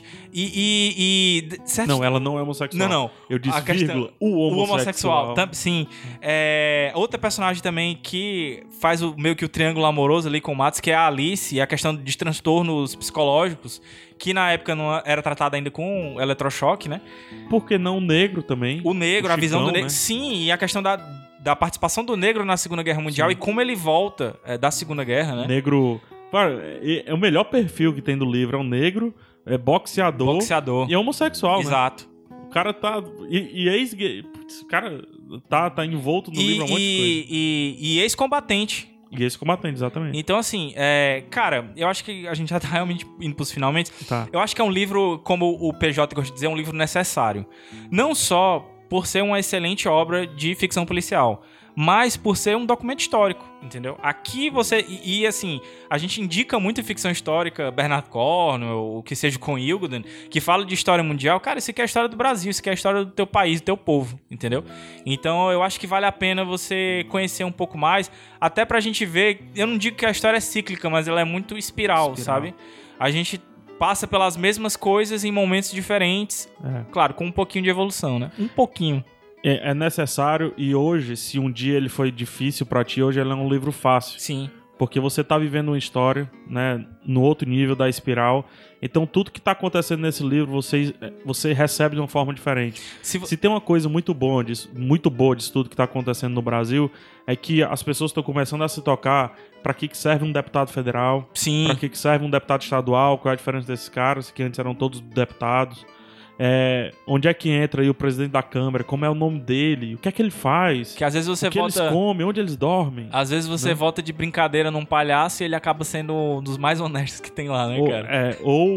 Não, ela não é homossexual. Não. Eu disse, vírgula, o homossexual. Sim. Outra personagem também que faz meio que o triângulo amoroso ali com o Matos, que é a Alice. E a questão de transtornos psicológicos, que na época não era tratada ainda com eletrochoque, né? Por que não o negro também? O negro, a visão do negro. Né? Sim, e a questão da participação do negro na Segunda Guerra Mundial. Sim. E como ele volta da Segunda Guerra, né? Negro... Cara, é o melhor perfil que tem do livro. É um negro, boxeador. E é homossexual, exato. Né? O cara tá... E ex-gay. O cara tá envolto no livro um monte de coisa. E ex-combatente. E ex-combatente, exatamente. Então, assim, cara, eu acho que a gente já tá realmente indo pros finalmente. Tá. Eu acho que é um livro, como o PJ gosta de dizer, é um livro necessário. Não só por ser uma excelente obra de ficção policial, mas por ser um documento histórico, entendeu? Aqui você... E assim, a gente indica muito em ficção histórica, Bernard Cornwell, o que seja com Ilguden, que fala de história mundial. Cara, isso aqui é a história do Brasil, isso aqui é a história do teu país, do teu povo, entendeu? Então, eu acho que vale a pena você conhecer um pouco mais, até pra gente ver... Eu não digo que a história é cíclica, mas ela é muito espiral. Sabe? A gente passa pelas mesmas coisas em momentos diferentes, claro, com um pouquinho de evolução, né? Um pouquinho. É necessário, e hoje, se um dia ele foi difícil pra ti, hoje ele é um livro fácil. Sim. Porque você tá vivendo uma história, né, no outro nível da espiral. Então, tudo que tá acontecendo nesse livro, você recebe de uma forma diferente. Se tem uma coisa muito boa disso tudo que tá acontecendo no Brasil, é que as pessoas estão começando a se tocar pra que serve um deputado federal, sim, pra que serve um deputado estadual, qual é a diferença desses caras, que antes eram todos deputados. Onde é que entra aí o presidente da Câmara, como é o nome dele, o que é que ele faz, que às vezes você o que eles comem, onde eles dormem. Às vezes você vota de brincadeira num palhaço e ele acaba sendo um dos mais honestos que tem lá, né, cara? Ou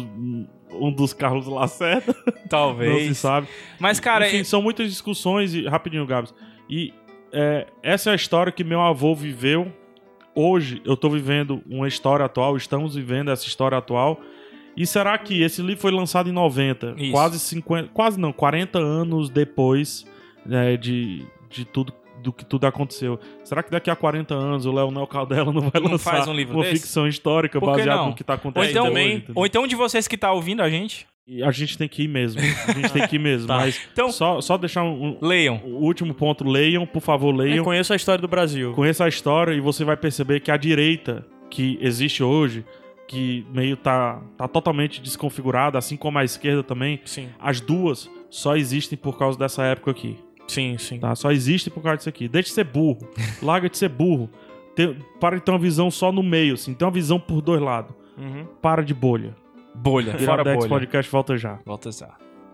um dos Carlos Lacerda. Talvez. Não se sabe. Mas, cara... Enfim, são muitas discussões, rapidinho, Gabs. E essa é a história que meu avô viveu. Hoje eu tô vivendo uma história atual, estamos vivendo essa história atual. E será que esse livro foi lançado em 90? Isso. 40 anos depois de tudo, do que tudo aconteceu. Será que daqui a 40 anos o Leonel Caldela não vai lançar faz um livro uma desse? ficção histórica baseada no que tá acontecendo hoje? Ou então de vocês que tá ouvindo a gente. E a gente tem que ir mesmo. Tá. Mas Então, só deixar leiam. o último ponto. Leiam, por favor, leiam. Conheça a história do Brasil. Conheça a história e você vai perceber que a direita que existe hoje, que meio tá totalmente desconfigurada, assim como a esquerda também, Sim. as duas só existem por causa dessa época aqui. Sim, sim. Tá? Só existem por causa disso aqui. Deixa de ser burro. Larga de ser burro. Para de ter uma visão só no meio, assim. Tem uma visão por dois lados. Uhum. Para de bolha. Bolha, fora Iradex bolha. Podcast volta já. Volta já.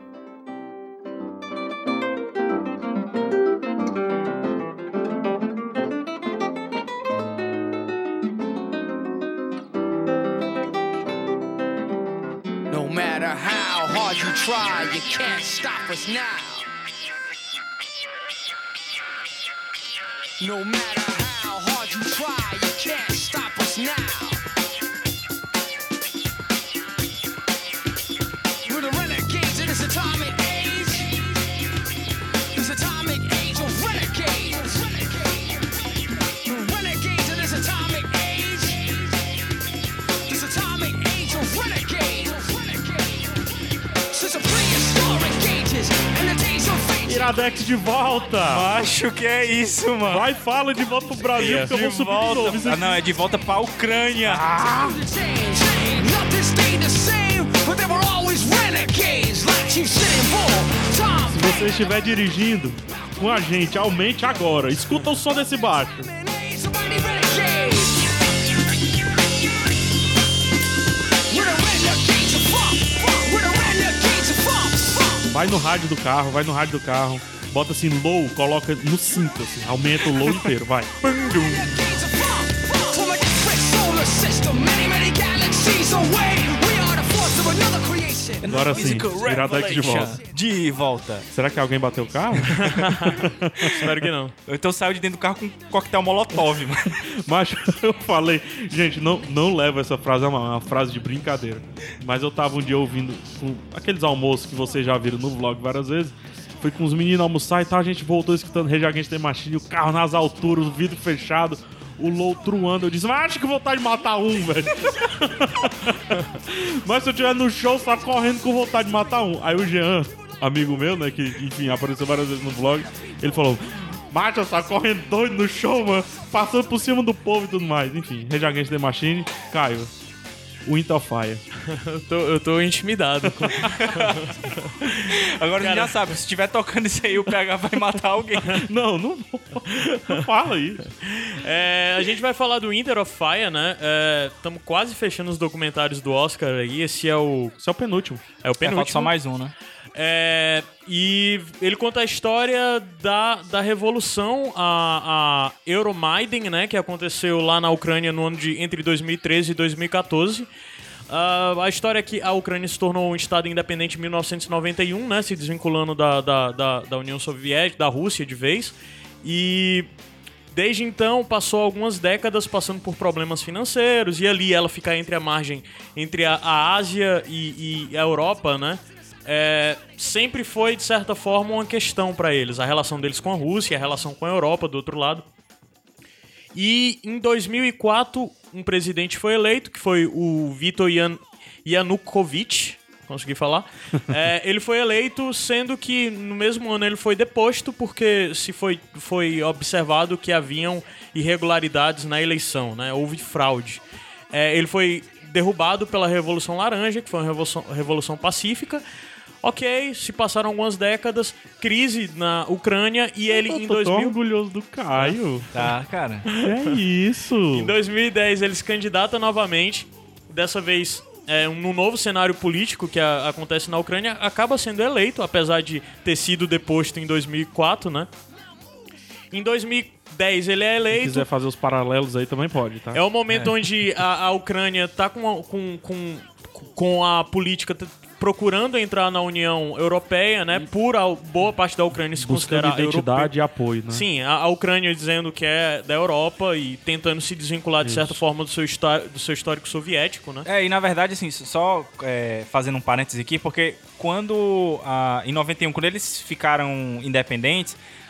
No matter how hard you try, you can't stop us now. No matter how hard you try, you can't stop us now. We're the renegades of this atomic age. This atomic age of renegades. The renegades of this atomic age. This atomic age of renegades. Since the prehistoric ages and the days of ages. Iradex de volta! Acho que é isso, mano. Vai, fala de volta pro Brasil, porque eu vou subir de novo. Isso Ah, aqui. não, é de volta pra Ucrânia. Nothing stayed the same, but there were always renegades like Chief Sitting Bull, Tom Se você estiver dirigindo com a gente, aumente agora. Escuta o som desse baixo. Somebody renegades. We're the renegades of funk. We're the renegades of funk. Vai no rádio do carro, bota assim low, coloca no 5, assim, aumenta o low inteiro, vai. Renegades of funk. From a different solar system, many galaxies away. We are the force of another creation. Agora sim, Iradex de volta. De volta. Será que alguém bateu o carro? Espero que não. Então saiu de dentro do carro com um coquetel molotov, mano. Mas eu falei, gente, não leva essa frase a mal, é uma frase de brincadeira. Mas eu tava um dia ouvindo aqueles almoços que vocês já viram no vlog várias vezes. Fui com os meninos almoçar e tal, a gente voltou escutando Rage Against the Machine, o carro nas alturas, o vidro fechado, o low truando. Eu disse, mas acho que vontade de matar um, velho. Mas se eu estiver no show, só correndo com vontade de matar um. Aí o Jean, amigo meu, né, que enfim, apareceu várias vezes no vlog, ele falou, macho, só correndo doido no show, mano, passando por cima do povo e tudo mais. Enfim, Rage Against the Machine, Caio, Winter of Fire. Eu tô intimidado. Agora a gente já sabe, se estiver tocando isso aí, o PH vai matar alguém. Não fala isso. A gente vai falar do Winter of Fire, né? Estamos quase fechando os documentários do Oscar aí. Esse é o Esse é o penúltimo. Falta só mais um, né? E ele conta a história da revolução, a Euromaidan, né, que aconteceu lá na Ucrânia no ano entre 2013 e 2014. A história é que a Ucrânia se tornou um estado independente em 1991, né, se desvinculando da União Soviética, da Rússia de vez. E desde então passou algumas décadas passando por problemas financeiros, e ali ela fica entre a margem entre a Ásia e a Europa, né? Sempre foi, de certa forma, uma questão para eles. A relação deles com a Rússia, a relação com a Europa, do outro lado. E em 2004, um presidente foi eleito, que foi o Viktor Yanukovych. Consegui falar. Ele foi eleito, sendo que no mesmo ano ele foi deposto, porque foi observado que haviam irregularidades na eleição, né? Houve fraude. Ele foi derrubado pela Revolução Laranja, que foi uma revolução pacífica. Ok, se passaram algumas décadas, crise na Ucrânia, e ele em 2000... tô orgulhoso do Caio. Tá, cara. É isso. Em 2010 ele se candidata novamente, dessa vez no novo cenário político que acontece na Ucrânia, acaba sendo eleito, apesar de ter sido deposto em 2004, né? Em 2010 ele é eleito. Se quiser fazer os paralelos aí também pode, tá? É o momento onde a Ucrânia tá com a política procurando entrar na União Europeia, né? Por boa parte da Ucrânia se considerar identidade europeia. e apoio, né? Sim, a Ucrânia dizendo que é da Europa e tentando se desvincular de certa forma do seu histórico soviético, né? E na verdade, assim, só fazendo um parênteses aqui, porque em 91, quando eles ficaram independentes,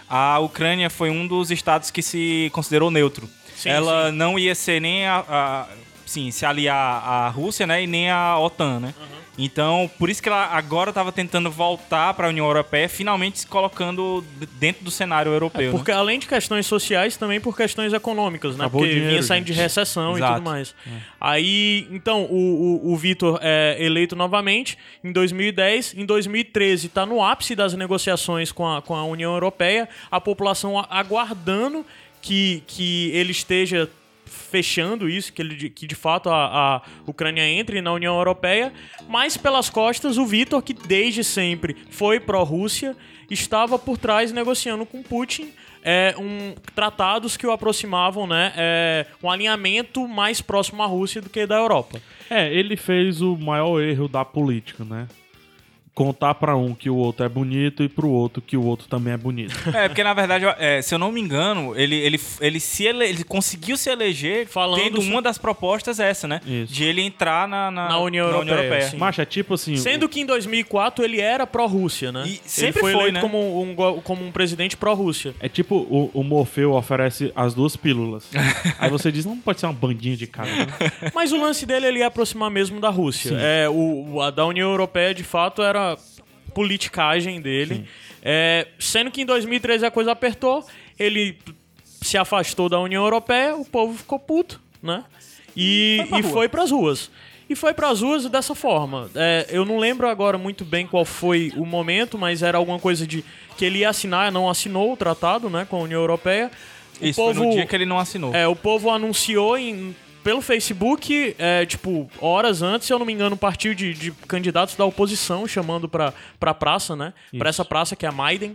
a Ucrânia foi um dos estados que se considerou neutro. Sim, Ela não ia ser nem se aliar à Rússia, né, e nem à OTAN, né? Então, por isso que ela agora estava tentando voltar para a União Europeia, finalmente se colocando dentro do cenário europeu. Porque além de questões sociais, também por questões econômicas, né? Acabou Porque o dinheiro, vinha saindo de recessão Exato. e tudo mais. Aí, então, o Vitor é eleito novamente em 2010. Em 2013, está no ápice das negociações com a União Europeia, a população aguardando que ele esteja fechando isso, que de fato a Ucrânia entre na União Europeia, mas pelas costas o Vitor, que desde sempre foi pró-Rússia, estava por trás negociando com Putin tratados que o aproximavam, né, um alinhamento mais próximo à Rússia do que da Europa. Ele fez o maior erro da política, né? Contar pra um que o outro é bonito e pro outro que o outro também é bonito. Porque na verdade, se eu não me engano, ele conseguiu se eleger tendo uma das propostas essa, né? Isso. De ele entrar na União Europeia. Sim. Macho, é tipo assim... Sendo que em 2004 ele era pró-Rússia, né? E sempre ele foi eleito, né? como um presidente pró-Rússia. É tipo o Morfeu oferece as duas pílulas. Aí você diz, não pode ser uma bandinha de cara, né? Mas o lance dele ele ia aproximar mesmo da Rússia. A da União Europeia, de fato, era politicagem dele. Sendo que em 2013 a coisa apertou, ele se afastou da União Europeia, o povo ficou puto, né? E foi pras ruas. E foi pras ruas dessa forma. Eu não lembro agora muito bem qual foi o momento, mas era alguma coisa de que ele ia assinar, não assinou o tratado, né, com a União Europeia. Isso, foi no dia que ele não assinou. O povo anunciou pelo Facebook, horas antes, se eu não me engano, partiu de candidatos da oposição chamando pra praça, né? Isso. Pra essa praça que é a Maidan.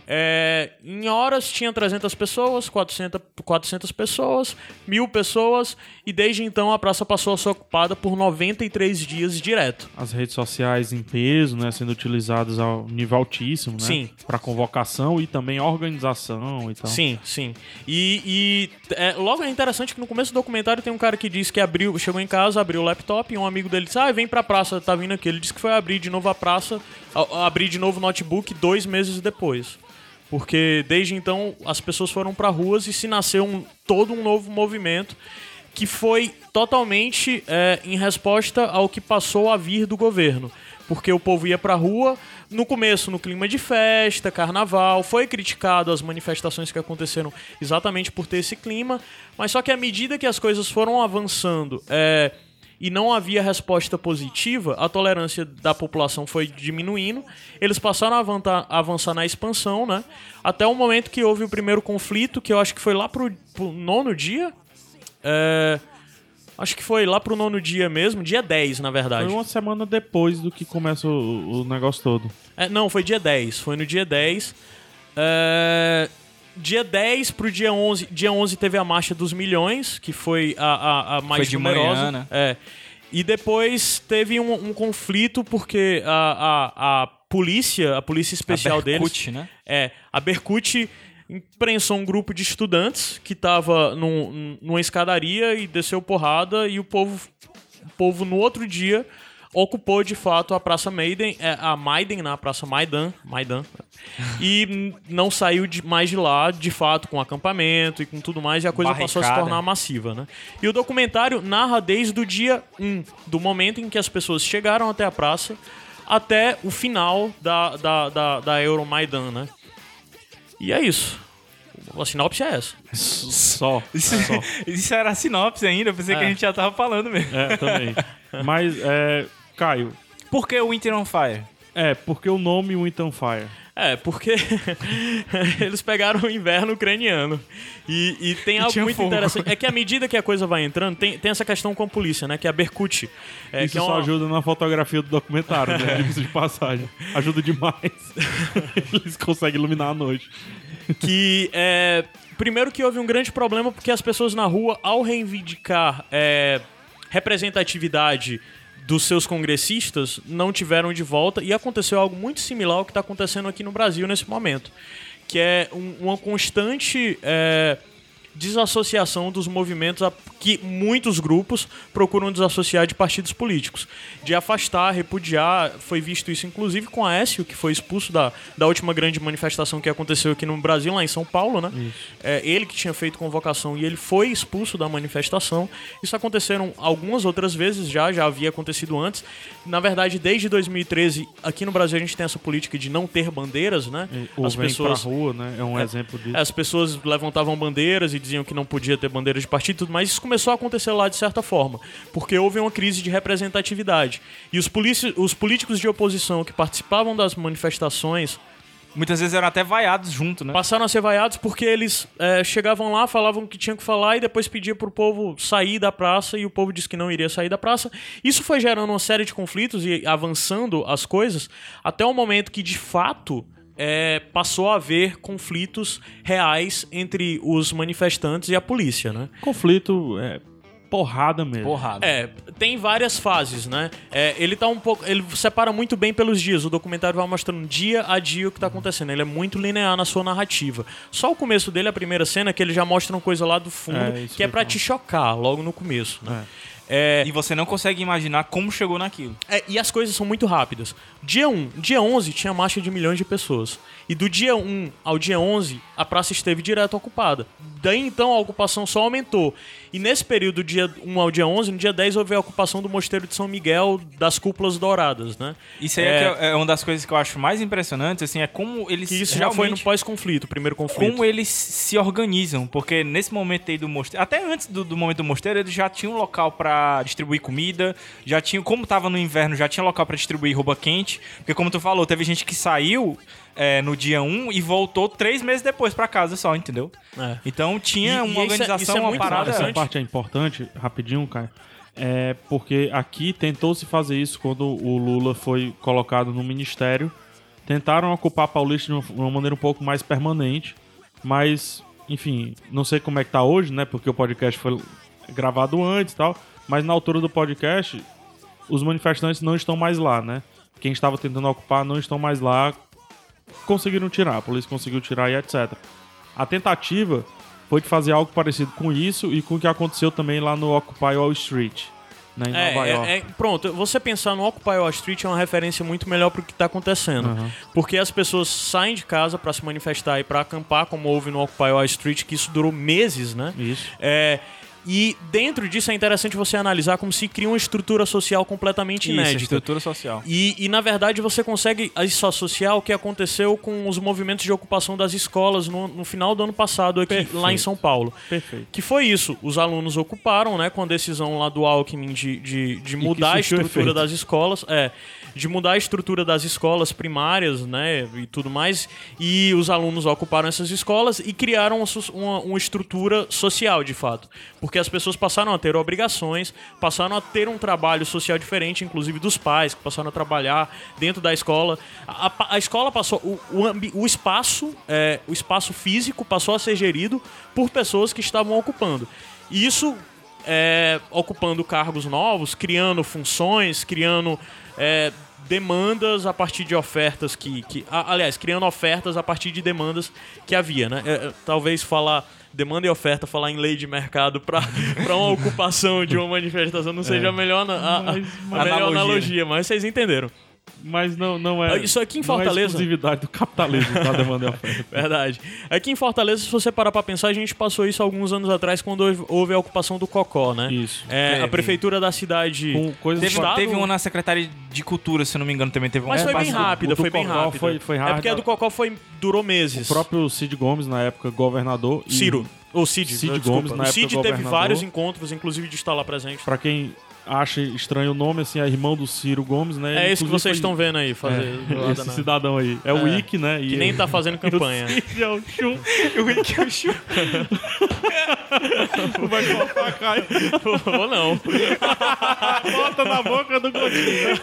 Em horas tinha 300 pessoas, 400 pessoas, 1.000 pessoas, e desde então a praça passou a ser ocupada por 93 dias direto. As redes sociais em peso, né, sendo utilizadas ao nível altíssimo, né? Sim. Pra convocação e também organização e tal. Sim, sim. Logo é interessante que no começo do documentário tem um cara que diz que chegou em casa, abriu o laptop e um amigo dele disse, vem pra praça, tá vindo aqui. Ele disse que foi abrir de novo a praça, abrir de novo o notebook 2 meses depois. Porque desde então as pessoas foram para ruas e se nasceu todo um novo movimento que foi totalmente em resposta ao que passou a vir do governo. Porque o povo ia pra rua, no começo no clima de festa, carnaval, foi criticado as manifestações que aconteceram exatamente por ter esse clima, mas só que à medida que as coisas foram avançando e não havia resposta positiva, a tolerância da população foi diminuindo, eles passaram a avançar na expansão, né? Até o momento que houve o primeiro conflito, que eu acho que foi lá pro 9º dia. Acho que foi lá pro 9º dia mesmo, dia 10, na verdade. Foi uma semana depois do que começa o negócio todo. Não, foi dia 10, foi no dia 10. Dia 10 pro dia 11. Dia 11 teve a Marcha dos Milhões, que foi a mais foi numerosa. Manhã, né? E depois teve um conflito porque a polícia especial deles... né? A Berkut prensou um grupo de estudantes que tava numa escadaria e desceu porrada e o povo no outro dia ocupou de fato a Praça Maidan, a Praça Maidan, e não saiu mais de lá, de fato, com acampamento e com tudo mais, e a coisa passou a se tornar massiva, né? E o documentário narra desde o dia 1, do momento em que as pessoas chegaram até a praça, até o final da Euromaidan, né? E é isso. A sinopse é essa. Só. Isso era a sinopse ainda, eu pensei que a gente já tava falando mesmo. Também. Mas, Caio... Por que o Winter on Fire? Porque o nome Winter on Fire. Porque eles pegaram o inverno ucraniano. E tem algo muito fogo. interessante. É que à medida que a coisa vai entrando, tem essa questão com a polícia, né? Que é a Berkut. Isso que é só ajuda na fotografia do documentário, né? Diga-se de passagem. Ajuda demais. Eles conseguem iluminar a noite. Primeiro que houve um grande problema porque as pessoas na rua, ao reivindicar representatividade dos seus congressistas, não tiveram de volta, e aconteceu algo muito similar ao que está acontecendo aqui no Brasil nesse momento, que é uma constante desassociação dos movimentos que muitos grupos procuram desassociar de partidos políticos. De afastar, repudiar, foi visto isso inclusive com Aécio, que foi expulso da última grande manifestação que aconteceu aqui no Brasil, lá em São Paulo, né? Ele que tinha feito convocação e ele foi expulso da manifestação. Isso aconteceram algumas outras vezes já havia acontecido antes. Na verdade, desde 2013, aqui no Brasil a gente tem essa política de não ter bandeiras, né? As pessoas pra rua, né? É um exemplo disso. As pessoas levantavam bandeiras e diziam que não podia ter bandeiras de partido e tudo, mas isso começou a acontecer lá de certa forma, porque houve uma crise de representatividade. E os políticos de oposição que participavam das manifestações muitas vezes eram até vaiados junto, né? passaram a ser vaiados porque eles chegavam lá, falavam o que tinham que falar e depois pediam pro povo sair da praça e o povo disse que não iria sair da praça. Isso foi gerando uma série de conflitos e avançando as coisas até o momento que, de fato, passou a haver conflitos reais entre os manifestantes e a polícia, né? Conflito porrada mesmo. Porrada. Tem várias fases, né? Ele separa muito bem pelos dias. O documentário vai mostrando dia a dia o que tá acontecendo. Ele é muito linear na sua narrativa. Só o começo dele, a primeira cena, que ele já mostra uma coisa lá do fundo, que é pra te chocar logo no começo, né? E você não consegue imaginar como chegou naquilo. E as coisas são muito rápidas. Dia 11 tinha marcha de milhões de pessoas. E do dia 1 ao dia 11, a praça esteve direto ocupada. Daí então a ocupação só aumentou. E nesse período, do dia 1 ao dia 11, no dia 10 houve a ocupação do Mosteiro de São Miguel, das Cúpulas Douradas, né? Isso aí é uma das coisas que eu acho mais impressionantes, assim, é como eles que isso já foi no pós-conflito, o primeiro conflito. Como eles se organizam, porque nesse momento aí do mosteiro, até antes do momento do mosteiro, eles já tinham um local pra distribuir comida, já tinham, como tava no inverno, já tinha local pra distribuir roupa quente, porque como tu falou, teve gente que saiu no dia 1 e voltou 3 meses depois pra casa só, entendeu? Então tinha uma organização, uma parada. Essa parte é importante, rapidinho, Caio. Porque aqui tentou-se fazer isso quando o Lula foi colocado no ministério. Tentaram ocupar a Paulista de uma maneira um pouco mais permanente, mas, enfim, não sei como é que tá hoje, né? Porque o podcast foi gravado antes e tal, mas na altura do podcast, os manifestantes não estão mais lá, né? Quem estava tentando ocupar não estão mais lá, conseguiram tirar, a polícia conseguiu tirar e etc. A tentativa foi de fazer algo parecido com isso e com o que aconteceu também lá no Occupy Wall Street, né, em Nova York. Pronto, você pensar no Occupy Wall Street é uma referência muito melhor pro que tá acontecendo. Porque as pessoas saem de casa para se manifestar e para acampar, como houve no Occupy Wall Street, que isso durou meses, né? Isso. E dentro disso é interessante você analisar como se cria uma estrutura social completamente inédita. Isso, estrutura social. E na verdade você consegue isso associar o que aconteceu com os movimentos de ocupação das escolas no final do ano passado aqui, lá em São Paulo. Perfeito. Que foi isso, os alunos ocuparam, né, com a decisão lá do Alckmin de mudar a estrutura das escolas, de mudar a estrutura das escolas primárias, né, e tudo mais, e os alunos ocuparam essas escolas e criaram uma estrutura social, de fato. Porque as pessoas passaram a ter obrigações, passaram a ter um trabalho social diferente, inclusive dos pais, que passaram a trabalhar dentro da escola. A escola passou... O espaço físico passou a ser gerido por pessoas que estavam ocupando. E isso, ocupando cargos novos, criando funções, criando... demandas a partir de ofertas aliás, criando ofertas a partir de demandas que havia, né? Talvez falar demanda e oferta, falar em lei de mercado para uma ocupação de uma manifestação não seja a melhor analogia, mas vocês entenderam. Mas não é. Isso aqui em Fortaleza. Não é exclusividade do capitalismo, da demanda e oferta. Verdade. Aqui em Fortaleza, se você parar pra pensar, a gente passou isso alguns anos atrás, quando houve a ocupação do Cocó, né? Isso. A prefeitura da cidade. Teve uma na Secretaria de Cultura, se eu não me engano, também teve uma. Mas foi bem rápida, foi bem rápida. Foi rápido. Porque a do Cocó durou meses. O próprio Cid Gomes, na época, governador. Ciro. Ou Cid Gomes, na época, o Cid teve governador. Vários encontros, inclusive de estar lá presente. Pra quem acha estranho o nome, assim, é irmão do Ciro Gomes, né? É isso que vocês estão vendo aí, esse cidadão aí. É o Ike, né? Que nem tá fazendo campanha. O Cid é o Chum. O Ike é o Chum. Vai cortar, Caio. Ou não. Bota na boca do Godinho.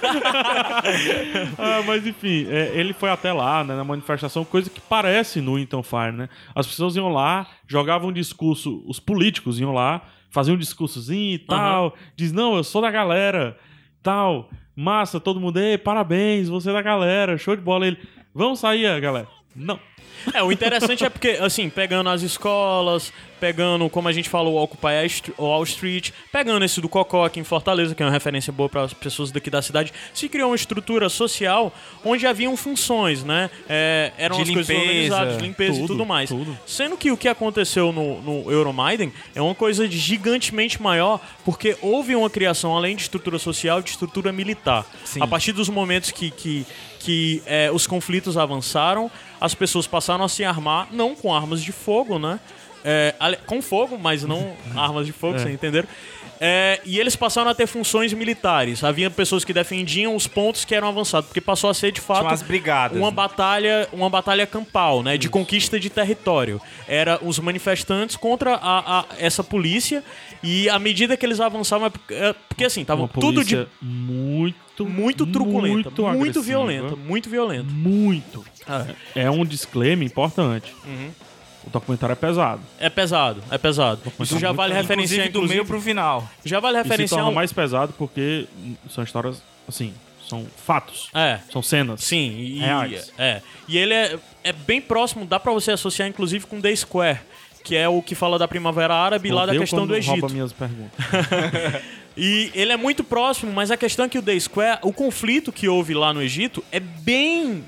Mas enfim, ele foi até lá, né, na manifestação, coisa que parece no Winton Fire, né? As pessoas iam lá, jogavam um discurso, os políticos iam lá, faziam um discursozinho e tal, diz, não, eu sou da galera, tal, massa, todo mundo, parabéns, você é da galera, show de bola. Ele, vamos sair, galera. Não. O interessante é porque, assim, pegando as escolas, pegando, como a gente falou, o Occupy Wall Street, pegando esse do Cocó aqui em Fortaleza, que é uma referência boa para as pessoas daqui da cidade, se criou uma estrutura social onde haviam funções, né? Eram De as coisas limpeza, organizadas, de limpeza e tudo mais. Sendo que o que aconteceu no Euromaidan é uma coisa gigantemente maior, porque houve uma criação, além de estrutura social, de estrutura militar. Sim. A partir dos momentos que os conflitos avançaram, as pessoas passaram a se armar, não com armas de fogo, né? Com fogo, mas não armas de fogo, vocês entenderam? E eles passaram a ter funções militares. Havia pessoas que defendiam os pontos que eram avançados, porque passou a ser, de fato, as brigadas, uma né? batalha campal, né? De conquista de território. Era os manifestantes contra essa polícia, e à medida que eles avançavam... Porque assim, tava tudo de... Muito truculenta, muito violenta, muito violenta. Muito. É um disclaimer importante. O documentário é pesado. É pesado. Isso já vale referenciar, inclusive, do meio pro final. Já vale E se referenciar... torna mais pesado porque são histórias, assim, são fatos. São cenas. Sim. reais. E ele é bem próximo, dá pra você associar, inclusive, com The Square, que é o que fala da Primavera Árabe, lá da questão do Egito. Rouba minhas perguntas. E ele é muito próximo, mas a questão é que o The Square, o conflito que houve lá no Egito é bem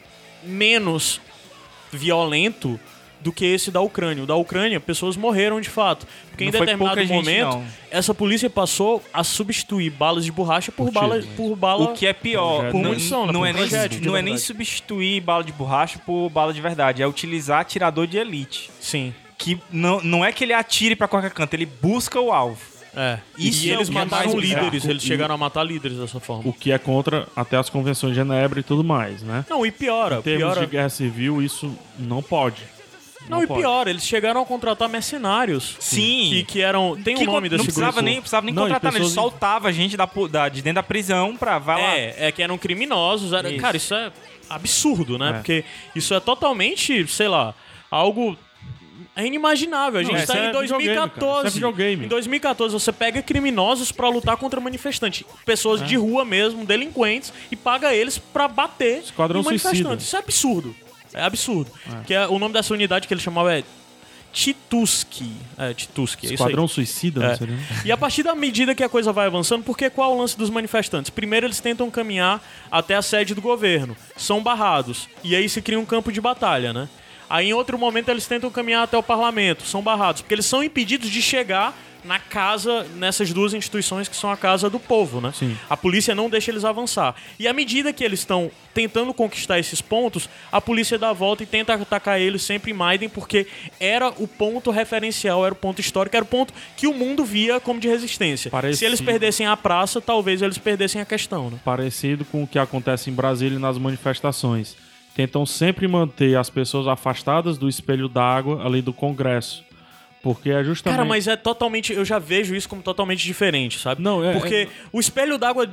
menos violento do que esse da Ucrânia. O da Ucrânia, pessoas morreram de fato. Porque em determinado momento, essa polícia passou a substituir balas de borracha por bala... O que é pior, por munição, não é nem substituir bala de borracha por bala de verdade, é utilizar atirador de elite. Sim. Que não é que ele atire pra qualquer canto, ele busca o alvo. E eles mataram líderes, eles chegaram a matar líderes dessa forma. O que é contra até as convenções de Genebra e tudo mais, né? Não, e piora. Em termos de guerra civil, isso não pode. Não, e pior, eles chegaram a contratar mercenários. Sim. Que eram... Tem um nome desse grupo. Não precisava nem contratar, eles soltavam a gente de dentro da prisão pra... Vai lá. Que eram criminosos. Cara, isso é absurdo, né? Porque isso é totalmente, sei lá, algo... É inimaginável. A gente está em 2014. Videogame, em 2014, você pega criminosos pra lutar contra manifestantes. Pessoas de rua mesmo, delinquentes, e paga eles pra bater Esquadrão em manifestantes. Suicida. Isso é absurdo. É absurdo. Que o nome dessa unidade que ele chamava é Tituski. Tituski. Esquadrão Suicida, não sei. E a partir da medida que a coisa vai avançando, porque qual é o lance dos manifestantes? Primeiro eles tentam caminhar até a sede do governo. São barrados. E aí se cria um campo de batalha, né? Aí em outro momento eles tentam caminhar até o parlamento. São barrados. Porque eles são impedidos de chegar na casa, nessas duas instituições que são a casa do povo, né? Sim. A polícia não deixa eles avançar. E à medida que eles estão tentando conquistar esses pontos, a polícia dá a volta e tenta atacar eles sempre em Maidan, porque era o ponto referencial, era o ponto histórico, era o ponto que o mundo via como de resistência. Se eles perdessem a praça, talvez eles perdessem a questão, né? Parecido com o que acontece em Brasília nas manifestações. Tentam sempre manter as pessoas afastadas do espelho d'água ali do Congresso. Porque é justamente... Cara, mas é totalmente... Eu já vejo isso como totalmente diferente, sabe? Não, porque o espelho d'água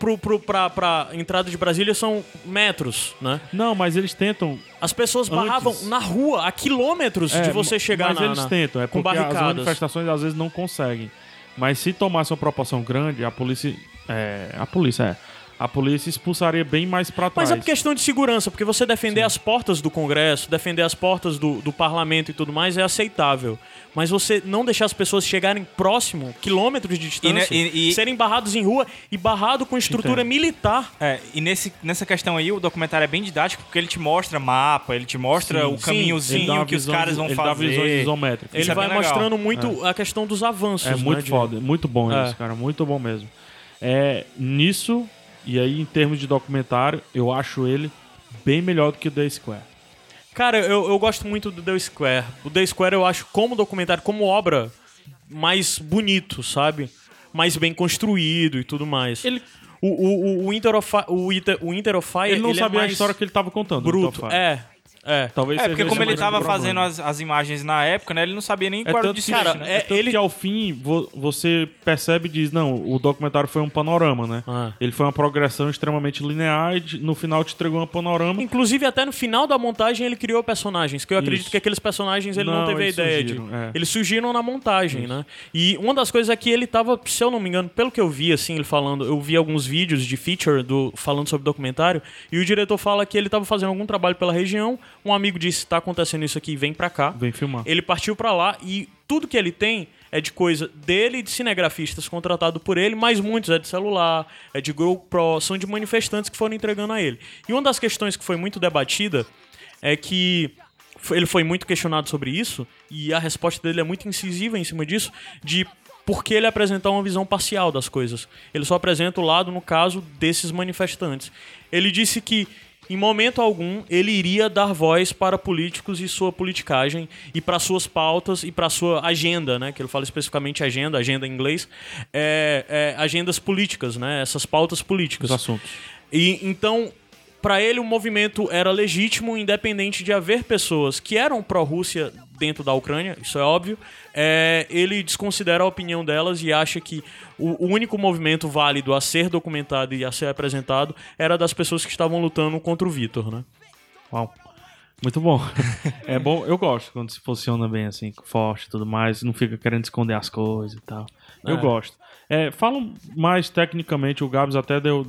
pra entrada de Brasília são metros, né? Não, mas eles tentam... As pessoas barravam na rua, a quilômetros de você chegar mas eles tentam, com porque barricadas. As manifestações às vezes não conseguem. Mas se tomasse uma proporção grande, a polícia expulsaria bem mais pra trás. Mas é por questão de segurança, porque você defender as portas do Congresso, defender as portas do Parlamento e tudo mais é aceitável. Mas você não deixar as pessoas chegarem próximo, quilômetros de distância, serem barrados em rua e barrado com estrutura militar. E nessa questão aí, o documentário é bem didático, porque ele te mostra mapa, ele te mostra o caminhozinho que os caras vão fazer. Ele dá visões isométricas. Ele vai mostrando muito a questão dos avanços. É muito foda, muito bom isso, cara, muito bom mesmo. Nisso... E aí, em termos de documentário, eu acho ele bem melhor do que o The Square. Cara, eu gosto muito do The Square. O The Square eu acho como documentário, como obra, mais bonito, sabe? Mais bem construído e tudo mais. O Inter of Fire... Ele não sabia mais a história que ele estava contando. Bruto, Talvez porque como ele tava fazendo as imagens na época, né? Ele não sabia nem qual era o destino, né? Que ao fim, você percebe e diz, não, o documentário foi um panorama, né? Ele foi uma progressão extremamente linear e no final te entregou um panorama. Inclusive, até no final da montagem, ele criou personagens, que eu acredito que aqueles personagens ele não teve a ideia de... Eles surgiram na montagem, né? E uma das coisas é que ele tava, se eu não me engano, pelo que eu vi, assim, ele falando, eu vi alguns vídeos de feature falando sobre o documentário, e o diretor fala que ele tava fazendo algum trabalho pela região, Um amigo disse, tá acontecendo isso aqui, vem pra cá. Vem filmar. Ele partiu pra lá e tudo que ele tem é de coisa dele e de cinegrafistas contratado por ele, mas muitos é de celular, é de GoPro, são de manifestantes que foram entregando a ele. E uma das questões que foi muito debatida é que ele foi muito questionado sobre isso, e a resposta dele é muito incisiva em cima disso, de por que ele apresentar uma visão parcial das coisas. Ele só apresenta o lado, no caso, desses manifestantes. Ele disse que, em momento algum, ele iria dar voz para políticos e sua politicagem, e para suas pautas e para sua agenda, né? Que ele fala especificamente agenda em inglês, agendas políticas, né? Essas pautas políticas. Os assuntos. E então, para ele, o movimento era legítimo, independente de haver pessoas que eram pró-Rússia dentro da Ucrânia, isso é óbvio. Ele desconsidera a opinião delas e acha que o único movimento válido a ser documentado e a ser apresentado era das pessoas que estavam lutando contra o Vitor, né? Uau. Muito bom. É bom, eu gosto quando se posiciona bem assim, forte e tudo mais, não fica querendo esconder as coisas e tal. Eu gosto. Falam mais tecnicamente, o Gabs até deu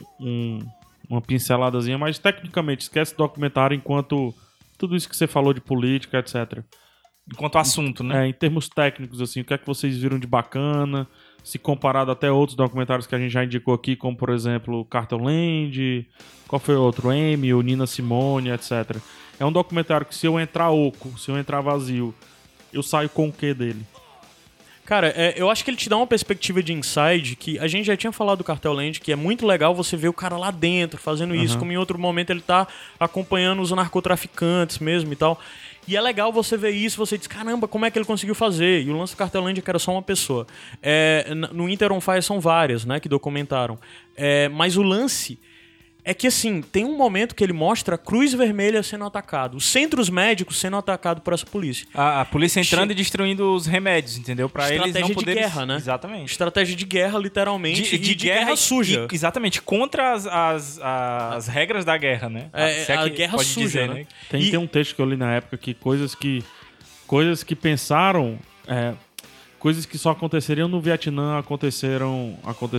uma pinceladazinha, mas tecnicamente, esquece documentário enquanto tudo isso que você falou de política, etc. Enquanto assunto, né? Em termos técnicos, assim, o que é que vocês viram de bacana, se comparado até outros documentários que a gente já indicou aqui, como, por exemplo, Cartoland, qual foi o outro? Amy, o Nina Simone, etc. É um documentário que se eu entrar oco, se eu entrar vazio, eu saio com o quê dele? Cara, eu acho que ele te dá uma perspectiva de inside que a gente já tinha falado do Cartoland, que é muito legal você ver o cara lá dentro fazendo isso, como em outro momento ele tá acompanhando os narcotraficantes mesmo e tal. E é legal você ver isso, você diz, caramba, como é que ele conseguiu fazer? E o lance do Cartoland é que era só uma pessoa. No Inter on Fire são várias, né, que documentaram. Mas o lance é que, assim, tem um momento que ele mostra a Cruz Vermelha sendo atacado, os centros médicos sendo atacados por essa polícia. A polícia entrando e destruindo os remédios, entendeu? Pra eles não Estratégia poderem... de guerra, né? Exatamente. Estratégia de guerra, literalmente, de guerra suja. Exatamente, contra as regras da guerra, né? A guerra pode suja, dizer, né? Tem um texto que eu li na época que coisas que pensaram... coisas que só aconteceriam no Vietnã aconteceram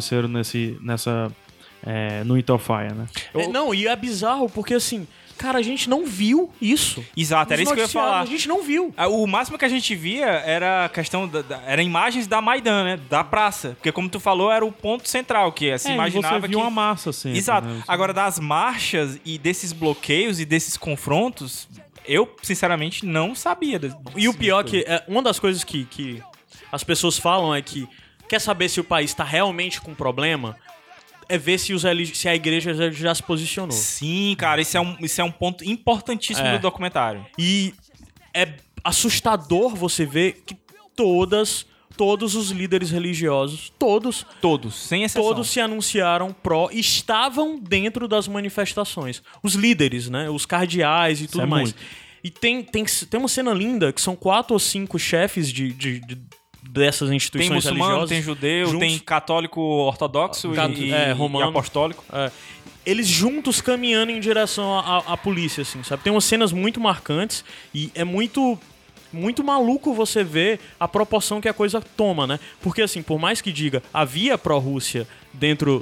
no Inter on Fire, né? Não, e é bizarro, porque assim, cara, a gente não viu isso. Exato, era isso que eu ia falar. A gente não viu. O máximo que a gente via era a questão era imagens da Maidan, né? Da praça. Porque como tu falou, era o ponto central, que se imaginava você viu uma massa sempre. Exato. Né? Agora, das marchas e desses bloqueios e desses confrontos, eu, sinceramente, não sabia. E o pior que uma das coisas que as pessoas falam é que quer saber se o país tá realmente com problema, é ver se a igreja já se posicionou. Sim, cara, isso é um ponto importantíssimo do documentário. E é assustador você ver que todos os líderes religiosos, todos, sem exceção, todos se anunciaram e estavam dentro das manifestações. Os líderes, né? Os cardeais e tudo mais. Muito. E tem uma cena linda que são 4 ou 5 chefes dessas instituições religiosas. Tem muçulmano, tem judeu, juntos, tem católico ortodoxo romano, e apostólico. Eles juntos caminhando em direção à polícia, assim, sabe? Tem umas cenas muito marcantes e é muito maluco você ver a proporção que a coisa toma, né? Porque, assim, por mais que diga, havia pró-Rússia dentro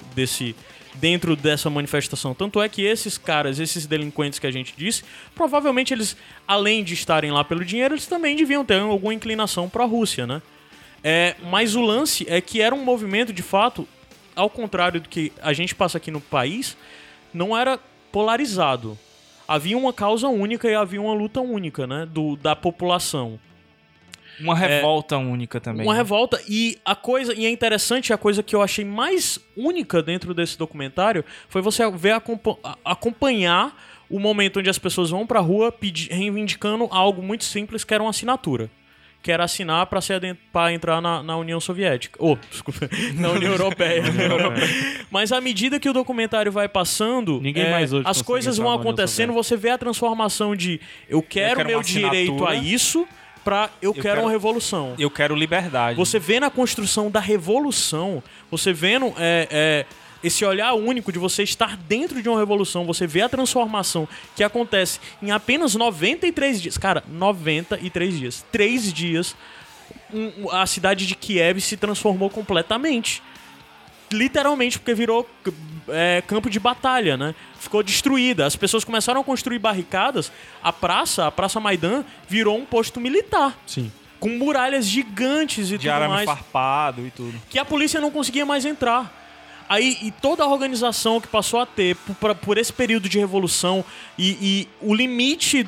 dessa manifestação. Tanto é que esses delinquentes que a gente disse, provavelmente eles, além de estarem lá pelo dinheiro, eles também deviam ter alguma inclinação pró-Rússia, né? Mas o lance é que era um movimento, de fato, ao contrário do que a gente passa aqui no país, não era polarizado. Havia uma causa única e havia uma luta única, né? Da população. Uma revolta única também. Uma revolta. E é interessante, a coisa que eu achei mais única dentro desse documentário foi você ver acompanhar o momento onde as pessoas vão pra rua reivindicando algo muito simples, que era uma assinatura. Que era assinar para entrar na União Soviética. Desculpa, na União Europeia. Mas à medida que o documentário vai passando, as coisas vão acontecendo, você vê a transformação de eu quero meu direito a isso pra eu quero uma revolução. Eu quero liberdade. Você vê na construção da revolução, você vendo esse olhar único de você estar dentro de uma revolução, você vê a transformação que acontece em apenas 93 dias. Cara, 93 dias. 3 dias, a cidade de Kiev se transformou completamente. literalmente, porque virou campo de batalha, né? Ficou destruída. As pessoas começaram a construir barricadas. A Praça Maidan virou um posto militar. Sim. Com muralhas gigantes e De tudo arame mais. farpado e tudo. Que a polícia não conseguia mais entrar. Aí, e toda a organização que passou a ter por esse período de revolução e o limite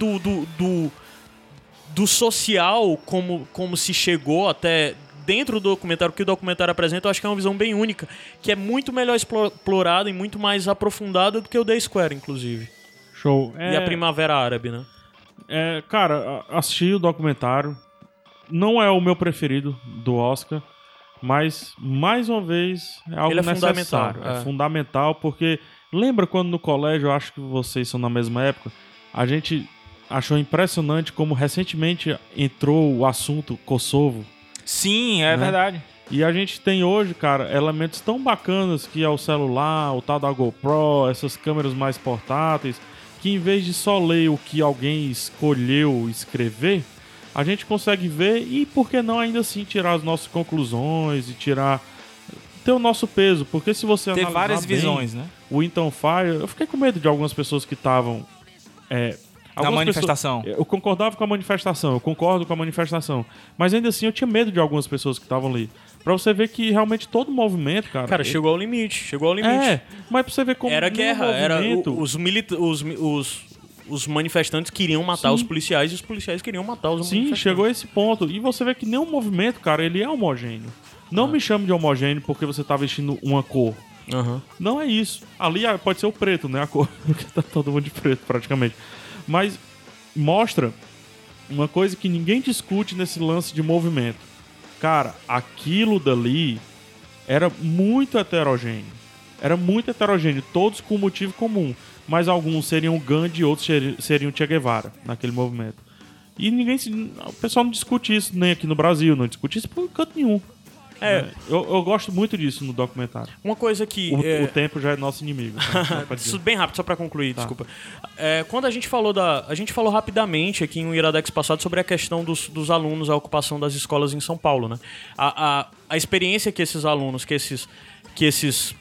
do social, como se chegou até dentro do documentário, que o documentário apresenta, eu acho que é uma visão bem única, que é muito melhor explorada e muito mais aprofundada do que o The Square, inclusive. Show. E a Primavera Árabe, né? Cara, assisti o documentário. Não é o meu preferido do Oscar, mas, mais uma vez, é algo Ele é necessário. fundamental. É fundamental, porque lembra quando no colégio, eu acho que vocês são na mesma época, a gente achou impressionante como recentemente entrou o assunto Kosovo. Sim, é Né? verdade. E a gente tem hoje, cara, elementos tão bacanas que é o celular, o tal da GoPro, essas câmeras mais portáteis, que em vez de só ler o que alguém escolheu escrever, a gente consegue ver e, por que não, ainda assim, tirar as nossas conclusões e ter o nosso peso. Porque se você Ter analisar várias bem, visões, né? o Ethan Fire, eu fiquei com medo de algumas pessoas que estavam... Na manifestação. Eu concordava com a manifestação, eu concordo com a manifestação. Mas ainda assim eu tinha medo de algumas pessoas que estavam ali. Pra você ver que realmente todo movimento, cara... Cara, chegou ao limite. Mas pra você ver como... Era guerra, movimento... os manifestantes queriam matar Sim. os policiais e os policiais queriam matar os Sim, manifestantes. chegou a esse ponto. E você vê que nenhum movimento, cara, ele é homogêneo. Não me chame de homogêneo porque você tá vestindo uma cor. Aham. Não é isso. Ali pode ser o preto, né? A cor, porque tá todo mundo de preto, praticamente. Mas mostra uma coisa que ninguém discute nesse lance de movimento. Cara, aquilo dali era muito heterogêneo. Era muito heterogêneo, todos com motivo comum. Mas alguns seriam Gandhi e outros seriam Che Guevara naquele movimento. E o pessoal não discute isso nem aqui no Brasil, não discute isso por canto nenhum. Eu gosto muito disso no documentário. Uma coisa que... O tempo já é nosso inimigo. Tá? Isso bem rápido, só pra concluir, desculpa. Quando a gente falou A gente falou rapidamente aqui em um Iradex passado sobre a questão dos alunos, a ocupação das escolas em São Paulo, né? A experiência que esses alunos, que esses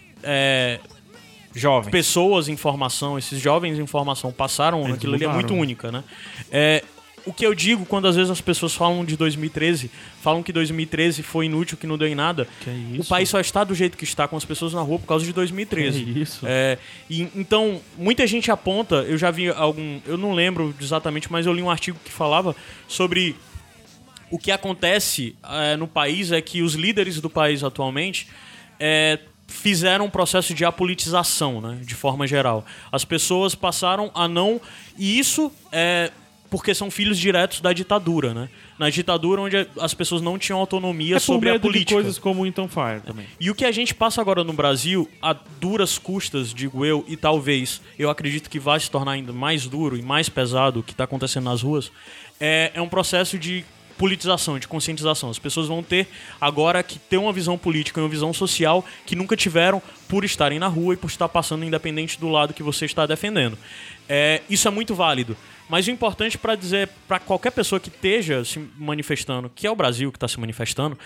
Jovem. pessoas em formação, esses jovens em formação passaram, Eles aquilo ali é mudaram. muito única, né? O que eu digo quando às vezes as pessoas falam de 2013, falam que 2013 foi inútil, que não deu em nada. Que é isso? O país só está do jeito que está com as pessoas na rua por causa de 2013. Que isso? Então, muita gente aponta, eu já vi eu não lembro exatamente, mas eu li um artigo que falava sobre o que acontece no país é que os líderes do país atualmente fizeram um processo de apolitização, né, de forma geral. As pessoas passaram a não... E isso porque são filhos diretos da ditadura, né? Na ditadura onde as pessoas não tinham autonomia sobre a política. De coisas como o Ethan Fire também. E o que a gente passa agora no Brasil, a duras custas, digo eu, e talvez, eu acredito que vai se tornar ainda mais duro e mais pesado o que está acontecendo nas ruas, é um processo de politização, de conscientização. As pessoas vão ter agora que ter uma visão política e uma visão social que nunca tiveram por estarem na rua e por estar passando independente do lado que você está defendendo. Isso é muito válido. Mas o importante para dizer para qualquer pessoa que esteja se manifestando, que é o Brasil que está se manifestando,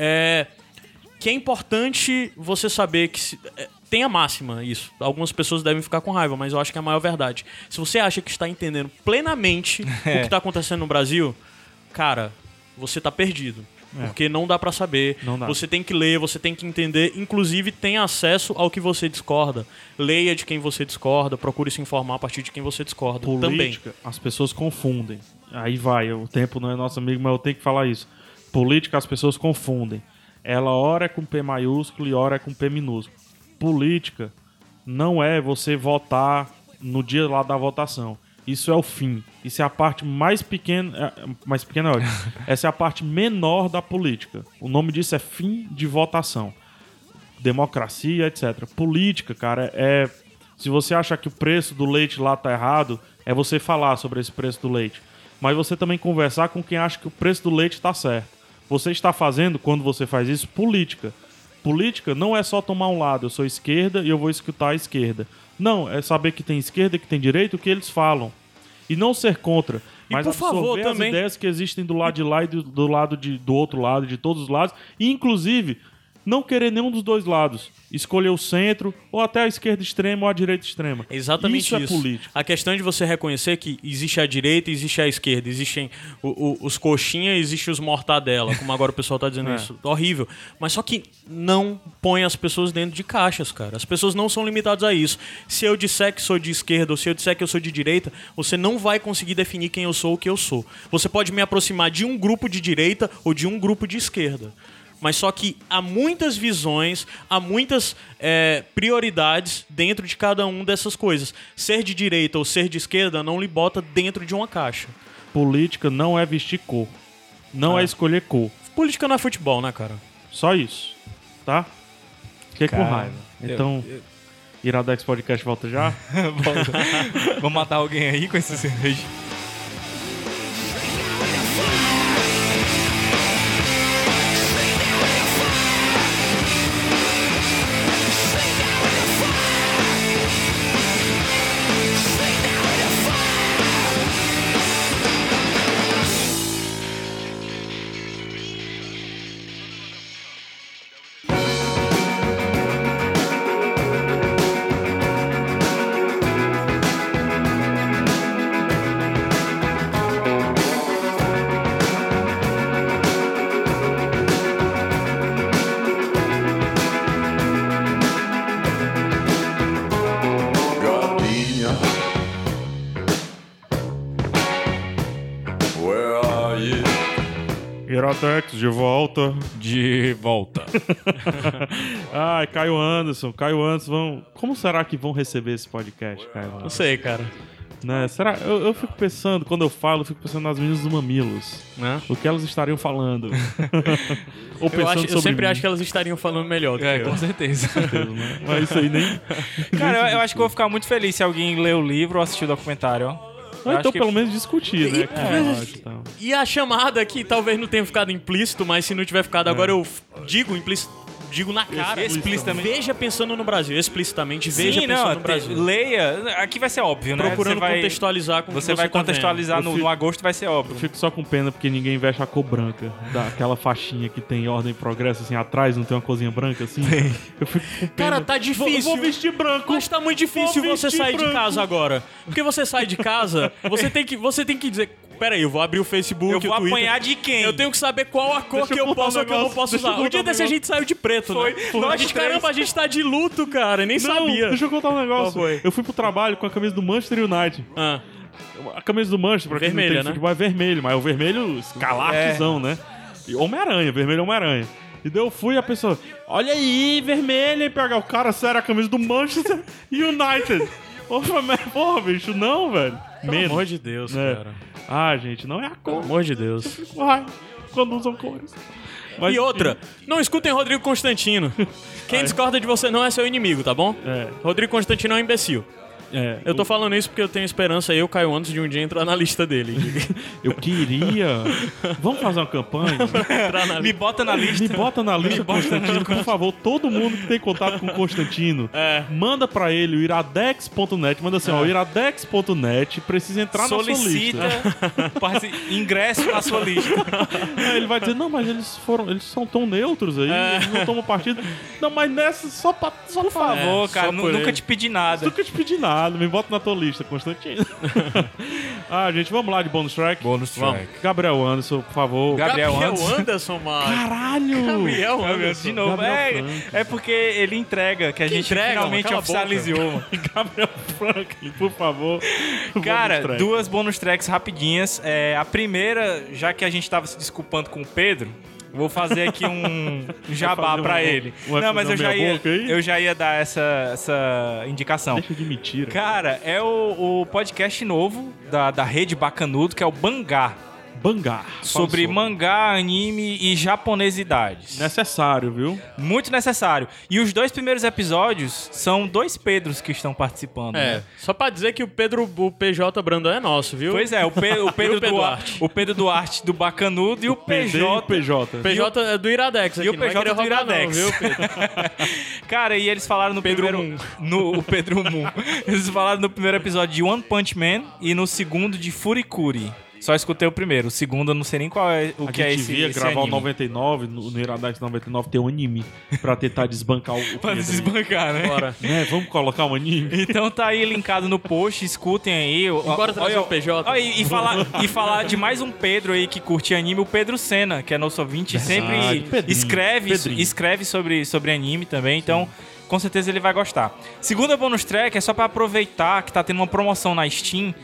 que é importante você saber que tem a máxima isso. Algumas pessoas devem ficar com raiva, mas eu acho que é a maior verdade. Se você acha que está entendendo plenamente o que está acontecendo no Brasil, cara, você está perdido. Porque não dá pra saber. Não dá. Você tem que ler, você tem que entender. Inclusive, tem acesso ao que você discorda. Leia de quem você discorda. Procure se informar a partir de quem você discorda. Política, também. as pessoas confundem. Aí vai, o tempo não é nosso amigo, mas eu tenho que falar isso. Política, as pessoas confundem. Ela ora é com P maiúsculo e ora é com P minúsculo. Política não é você votar no dia lá da votação. Isso é o fim. Isso é a parte mais pequena... Mais pequena é ótimo. Essa é a parte menor da política. O nome disso é fim de votação. Democracia, etc. Política, cara, se você acha que o preço do leite lá tá errado, é você falar sobre esse preço do leite. Mas você também conversar com quem acha que o preço do leite tá certo. Você está fazendo, quando você faz isso, política. Política não é só tomar um lado. Eu sou esquerda e eu vou escutar a esquerda. Não, é saber que tem esquerda e que tem direita, o que eles falam. E não ser contra, mas por favor, absorver as também. ideias que existem do lado de lá e do outro lado, de todos os lados. E, inclusive, não querer nenhum dos dois lados. Escolher o centro, ou até a esquerda extrema ou a direita extrema. Exatamente isso. Isso é política. A questão de você reconhecer que existe a direita e existe a esquerda. Existem os coxinha e existem os mortadela, como agora o pessoal tá dizendo isso. Horrível. Mas só que não põe as pessoas dentro de caixas, cara. As pessoas não são limitadas a isso. Se eu disser que sou de esquerda ou se eu disser que eu sou de direita, você não vai conseguir definir quem eu sou ou o que eu sou. Você pode me aproximar de um grupo de direita ou de um grupo de esquerda. Mas só que há muitas visões, há muitas prioridades dentro de cada uma dessas coisas. Ser de direita ou ser de esquerda não lhe bota dentro de uma caixa. Política não é vestir cor. Não é escolher cor. Política não é futebol, né, cara? Só isso. Tá? Fiquei com Cara, raiva. Então, Iradex Podcast volta já? Vamos matar alguém aí com esse cerveja. Gardenia, where are you? Iradex de volta. De volta. Ai, Caio Anderson, como será que vão receber esse podcast, Caio Não Anderson? sei, cara. Né? Será? Eu fico pensando, quando eu falo, eu fico pensando nas meninas dos Mamilos. Né? O que elas estariam falando. Ou Eu, pensando sobre sempre mim. acho que elas estariam falando melhor do que eu. Com certeza. Né? Mas isso aí nem... Cara, eu acho que eu vou ficar muito feliz se alguém ler o livro ou assistir o documentário, ó. Ou Eu então acho que- pelo menos discutir, né? Que eu acho, então. E a chamada que talvez não tenha ficado implícito, mas se não tiver ficado agora eu digo implícito. Digo na cara. Explicitamente. Veja pensando no Brasil. Explicitamente, veja Sim, pensando não, no Brasil. leia. Aqui vai ser óbvio, né? Procurando Você vai- contextualizar com o que Você vai tá contextualizar vendo. Eu no, fico- no agosto, vai ser óbvio. Eu fico só com pena porque ninguém veste a cor branca. Daquela faixinha que tem ordem e progresso, assim, atrás não tem uma corzinha branca, assim. Eu fico com pena. Cara, tá difícil. Vou vestir branco. Mas tá muito difícil Vou você vestir sair de branco. casa agora. Porque você sai de casa, você tem que dizer... Pera aí, eu vou abrir o Facebook, Eu vou o Twitter. apanhar de quem? Eu tenho que saber qual a cor Deixa que eu eu contar posso um ou que eu não negócio. posso Deixa eu usar. O contar dia um desse a negócio. gente saiu de preto, né? Nós A gente, três. caramba, a gente tá de luto, cara. Nem Não, sabia. deixa eu contar um negócio. Qual foi? Eu fui pro trabalho com a camisa do Manchester United. Ah, A camisa do Manchester, pra quem não Vermelha, tem né? futebol, é vermelho, mas é o vermelho escalartezão, né? E Homem-Aranha, vermelho Homem-Aranha. E daí eu fui e a pessoa, olha aí, vermelho, e pega o cara, sério, a camisa do Manchester United. Porra, bicho, não, velho. pelo amor de Deus, né? cara. Ah, gente, não é a Pelo cor. amor de Deus. Fico raiva quando usam cores. Mas, E outra, não escutem Rodrigo Constantino. Quem discorda de você não é seu inimigo, tá bom? É. Rodrigo Constantino é um imbecil. Eu tô falando isso porque eu tenho esperança, eu, Caio Anderson, de um dia entrar na lista dele. Eu queria. Vamos fazer uma campanha? Entrar na Me bota na lista. Me bota na lista, Constantino, por favor. Todo mundo que tem contato com o Constantino, manda pra ele o iradex.net. Manda assim, ó, iradex.net, precisa entrar na sua Solicita lista. ingresso na sua lista. Aí ele vai dizer, não, mas eles são tão neutros aí, eles não tomam partido. Não, mas nessa, só por Por favor, cara, só por nunca ele. te pedi nada. Nunca te pedi nada, me bota na tua lista, Constantino. Gente, vamos lá de bônus track? Bônus track. Gabriel Anderson, por favor. Gabriel Anderson, mano. Caralho! Gabriel Anderson. De novo. Gabriel É porque ele entrega, que a gente entrega, finalmente mano? Cala a boca. oficializou. Mano. Gabriel Franklin, por favor. Cara, Bônus track. duas bônus tracks rapidinhas. A primeira, já que a gente tava se desculpando com o Pedro, vou fazer aqui um jabá fazer pra um- ele. vai Não, mas fazer uma meia-boca aí? eu já ia dar essa indicação. Deixa de mentira. Cara, é o podcast novo da Rede Bacanudo, que é o Bangá. Bangar. Sobre mangá, anime e japonesidades. Necessário, viu? Muito necessário. E os dois primeiros episódios são dois Pedros que estão participando. É, né? só pra dizer que o PJ Brandão é nosso, viu? Pois é, o Pedro Pedro Duarte. O Pedro Duarte do Bacanudo e o PD e o PJ. PJ. PJ é do Iradex aqui, E o não vai PJ querer do roubar não, Iradex. viu, Pedro? Cara, e eles falaram no Pedro primeiro... Moon. O Pedro Moon. Eles falaram no primeiro episódio de One Punch Man e no segundo de Furikuri. Só escutei o primeiro. O segundo eu não sei nem qual é o que é esse devia gravar anime. o 99, no Iradex 99 tem um anime pra tentar desbancar o Pra Pedro. desbancar, né? Bora. Né, vamos colocar um anime? Então tá aí linkado no post, escutem aí. Bora trazer o PJ. Ó, e falar de mais um Pedro aí que curte anime, o Pedro Senna, que é nosso ouvinte, sempre Pedrinho. escreve sobre anime também, então com certeza ele vai gostar. Segunda bonus track é só pra aproveitar que tá tendo uma promoção na Steam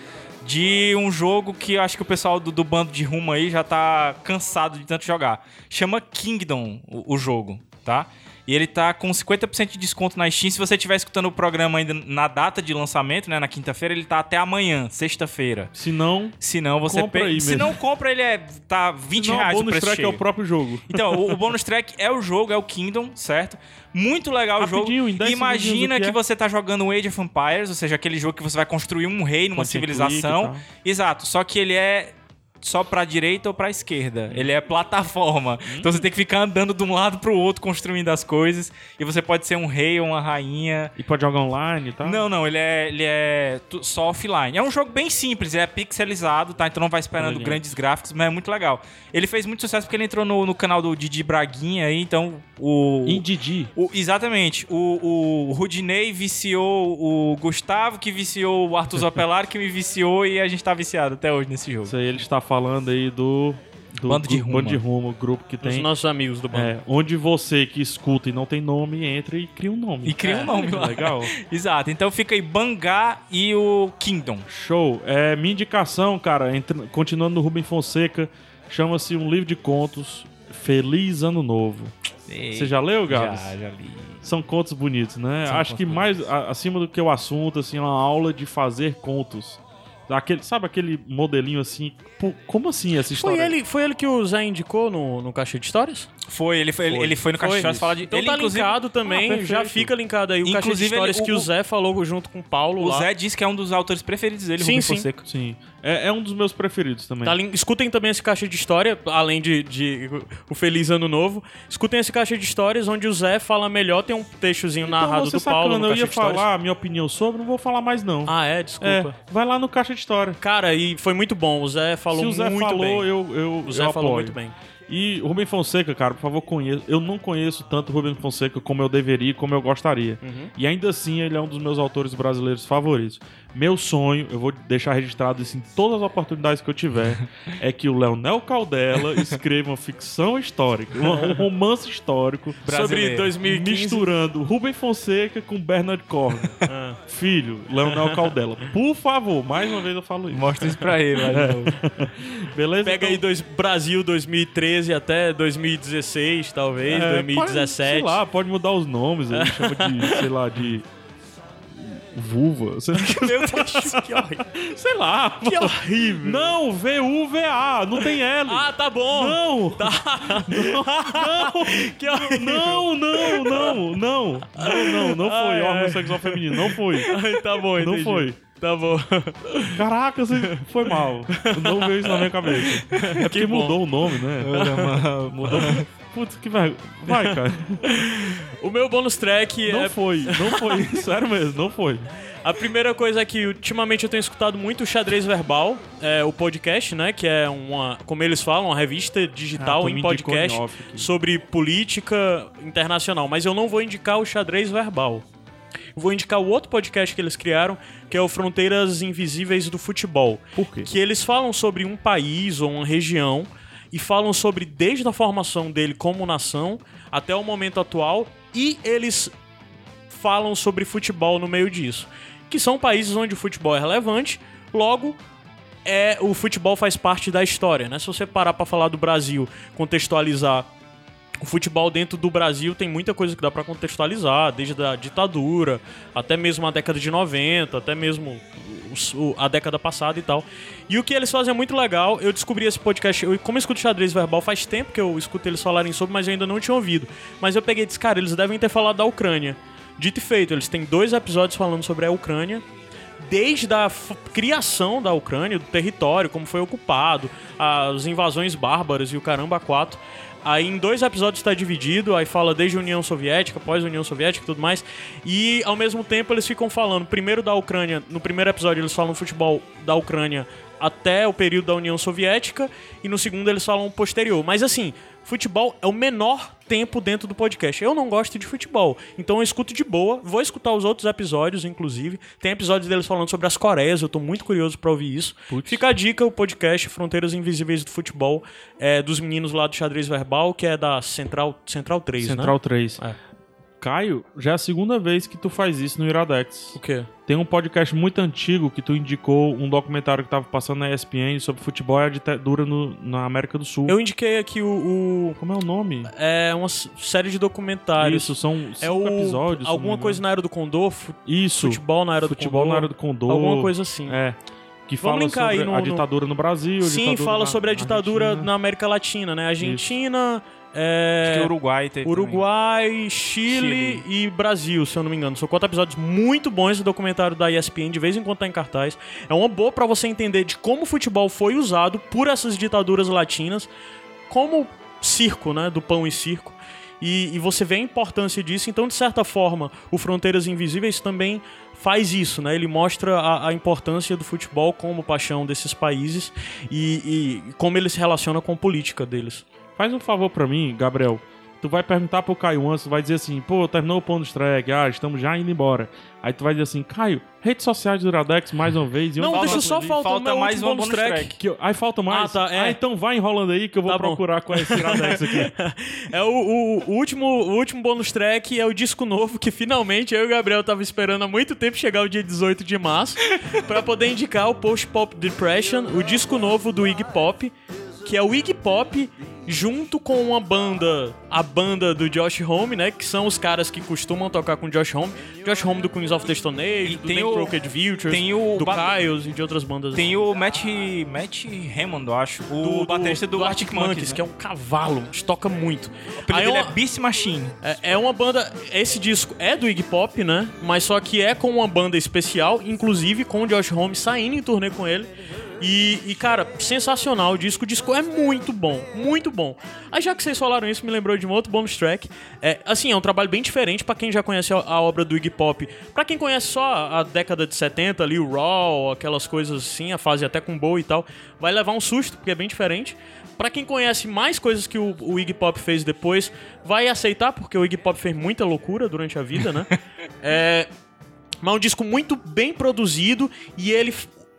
de um jogo que eu acho que o pessoal do bando de rumo aí já tá cansado de tanto jogar. Chama Kingdom o jogo, tá? E ele tá com 50% de desconto na Steam. Se você estiver escutando o programa ainda na data de lançamento, né, na quinta-feira, ele tá até amanhã, sexta-feira. Se não, você compra aí Se mesmo. não compra, ele tá R$20 o o bônus preço track cheio. é o próprio jogo. Então, o bônus track é o jogo, é o Kingdom, certo? Muito legal Rapidinho, o em jogo. 10 Imagina segundinhos o que que é. você tá jogando Age of Empires, ou seja, aquele jogo que você vai construir um rei numa Point and click civilização. e tal. Exato, só que ele é só pra direita ou pra esquerda. Ele é plataforma. Então você tem que ficar andando de um lado pro outro, construindo as coisas. E você pode ser um rei ou uma rainha. E pode jogar online e tal? Não, ele é só offline. É um jogo bem simples, é pixelizado, tá? Então não vai esperando Olha. grandes gráficos, mas é muito legal. Ele fez muito sucesso porque ele entrou no canal do Didi Braguinha aí, então Indidi. Exatamente. O Rudinei viciou o Gustavo, que viciou o Arthur Zopelar, que me viciou e a gente tá viciado até hoje nesse jogo. Isso aí ele está falando aí do Bando de Rumo. Bando de Rumo, grupo que Os tem. nossos amigos do bando. Onde você que escuta e não tem nome, entra e cria um nome. E cria um nome lá. Legal. Exato. Então fica aí Bangá e o Kingdom. Show. Minha indicação, cara, continuando no Rubem Fonseca, chama-se um livro de contos, Feliz Ano Novo. Você já leu, Gabs? Já li. São contos bonitos, né? São Acho que contos mais acima do que o assunto, assim, é uma aula de fazer contos. Sabe aquele modelinho assim? Pô, como assim essa história? Foi ele que o Zé indicou no Caixa de Histórias? Ele foi no Caixa de Histórias falar de... Então ele, tá inclusive, linkado também, perfeito. já fica linkado aí o Caixa de Inclusive, Histórias que o Zé falou junto com o Paulo o lá. Zé disse que é um dos autores preferidos dele, Sim, Rubem sim. Fonseca. Sim. É um dos meus preferidos também. Escutem também esse Caixa de História, além de o Feliz Ano Novo. Escutem esse Caixa de Histórias, onde o Zé fala melhor, tem um textozinho narrado você do Paulo sacana, no eu Caixa ia de Histórias. falar a minha opinião sobre, não vou falar mais não. Desculpa. Vai lá no Caixa de História. Cara, e foi muito bom, o Zé falou Se o muito Zé falou, bem. eu O Zé apoio. falou muito bem. E o Rubem Fonseca, cara, por favor, conheça. Eu não conheço tanto o Rubem Fonseca como eu deveria, como eu gostaria. E ainda assim, ele é um dos meus autores brasileiros favoritos. Meu sonho, eu vou deixar registrado isso em todas as oportunidades que eu tiver, é que o Leonel Caldela escreva uma ficção histórica, um romance histórico Sobre Brasileiro. 2015. misturando Rubem Fonseca com Bernard Cornwell. Filho, Leonel Caldela. Por favor, mais uma vez eu falo isso. Mostra isso pra ele lá de novo. Beleza? Pega Então, aí Brasil 2013 até 2016, talvez, 2017. Sei lá, pode mudar os nomes, ele chama de, sei lá, de vulva. Meu Deus, que horrível. Sei lá. Que horrível. Não, V-U-V-A, não tem L. Ah, tá bom. Não. Tá. Que horrível. Não foi órgão sexual feminino, não foi. Tá bom, Não entendi. foi. Tá bom. Caraca, foi mal. Não veio isso na minha cabeça. É porque bom. mudou o nome, né? Mudou. Putz, que vergonha. Vai, cara. O meu bônus track Não é... foi. Sério mesmo, não foi. A primeira coisa é que ultimamente eu tenho escutado muito o Xadrez Verbal, o podcast, né? Que é como eles falam, uma revista digital tu em me indicou podcast em off aqui. sobre política internacional. Mas eu não vou indicar o Xadrez Verbal. Eu vou indicar o outro podcast que eles criaram, que é o Fronteiras Invisíveis do Futebol. Por quê? Que eles falam sobre um país ou uma região e falam sobre desde a formação dele como nação até o momento atual, e eles falam sobre futebol no meio disso. Que são países onde o futebol é relevante, logo o futebol faz parte da história, né? Se você parar pra falar do Brasil, contextualizar o futebol dentro do Brasil, tem muita coisa que dá pra contextualizar, desde a ditadura, até mesmo a década de 90, até mesmo a década passada e tal. E o que eles fazem é muito legal. Eu descobri esse podcast, como eu escuto Xadrez Verbal faz tempo que eu escuto eles falarem sobre, mas eu ainda não tinha ouvido. Mas eu peguei e disse, cara, eles devem ter falado da Ucrânia. Dito e feito, eles têm 2 episódios falando sobre a Ucrânia, desde a criação da Ucrânia, do território, como foi ocupado, as invasões bárbaras e o caramba 4. Aí em 2 episódios está dividido, aí fala desde a União Soviética, pós-União Soviética e tudo mais. E ao mesmo tempo eles ficam falando primeiro da Ucrânia, no primeiro episódio eles falam futebol da Ucrânia até o período da União Soviética e no segundo eles falam posterior. Mas assim, futebol é o menor tempo dentro do podcast. Eu não gosto de futebol, então eu escuto de boa. Vou escutar os outros episódios, inclusive. Tem episódios deles falando sobre as Coreias, eu tô muito curioso pra ouvir isso. Fica a dica, o podcast Fronteiras Invisíveis do Futebol, dos meninos lá do Xadrez Verbal, que é da Central 3, Central né? 3. Caio, já é a segunda vez que tu faz isso no Iradex. O quê? Tem um podcast muito antigo que tu indicou um documentário que tava passando na ESPN sobre futebol e a ditadura na América do Sul. Eu indiquei aqui Como é o nome? É uma série de documentários. Isso, são 5 episódios. Alguma coisa na Era do Condor? Isso. Futebol na Era do Condor. Futebol na Era do Condor. Alguma coisa assim. Que Vamos fala sobre aí a ditadura no Brasil. Sim, fala sobre a ditadura Argentina. na América Latina, né? Argentina... Acho que Uruguai teve Uruguai, Chile e Brasil, se eu não me engano. São 4 episódios muito bons esse documentário da ESPN, de vez em quando tá em cartaz. É uma boa pra você entender de como o futebol foi usado por essas ditaduras latinas como circo, né? Do pão e circo. E você vê a importância disso. Então, de certa forma, o Fronteiras Invisíveis também faz isso, né? Ele mostra a importância do futebol como paixão desses países e como ele se relaciona com a política deles. Faz um favor pra mim, Gabriel. Tu vai perguntar pro Caio antes, tu vai dizer assim, pô, terminou o Bonus Track, estamos já indo embora. Aí tu vai dizer assim, Caio, redes sociais do Iradex mais uma vez. E não, deixa eu só falta mais um bonus track. Aí falta mais? Então vai enrolando aí que eu vou procurar qual é esse Iradex aqui. O último bonus track é o disco novo, que finalmente eu e o Gabriel tava esperando há muito tempo chegar o dia 18 de março pra poder indicar o Post Pop Depression, o disco novo do Iggy Pop, que é o Iggy Pop junto com a banda do Josh Homme, né? Que são os caras que costumam tocar com o Josh Homme. Josh Homme do Queens of the Stone Age, do The Crooked Vultures, do Kyles e de outras bandas. Tem o Matt Hammond, eu acho. O baterista do Arctic Monkeys, né? Que é um cavalo, mas toca muito. O apelido dele é Beast Machine. É uma banda... Esse disco é do Iggy Pop, né? Mas só que é com uma banda especial, inclusive com o Josh Homme saindo em turnê com ele. E, cara, sensacional o disco. O disco é muito bom, muito bom. Aí, já que vocês falaram isso, me lembrou de um outro bonus track. É um trabalho bem diferente pra quem já conhece a obra do Iggy Pop. Pra quem conhece só a década de 70 ali, o Raw, aquelas coisas assim, a fase até com Bowie e tal, vai levar um susto, porque é bem diferente. Pra quem conhece mais coisas que o Iggy Pop fez depois, vai aceitar, porque o Iggy Pop fez muita loucura durante a vida, né? Mas é um disco muito bem produzido e ele...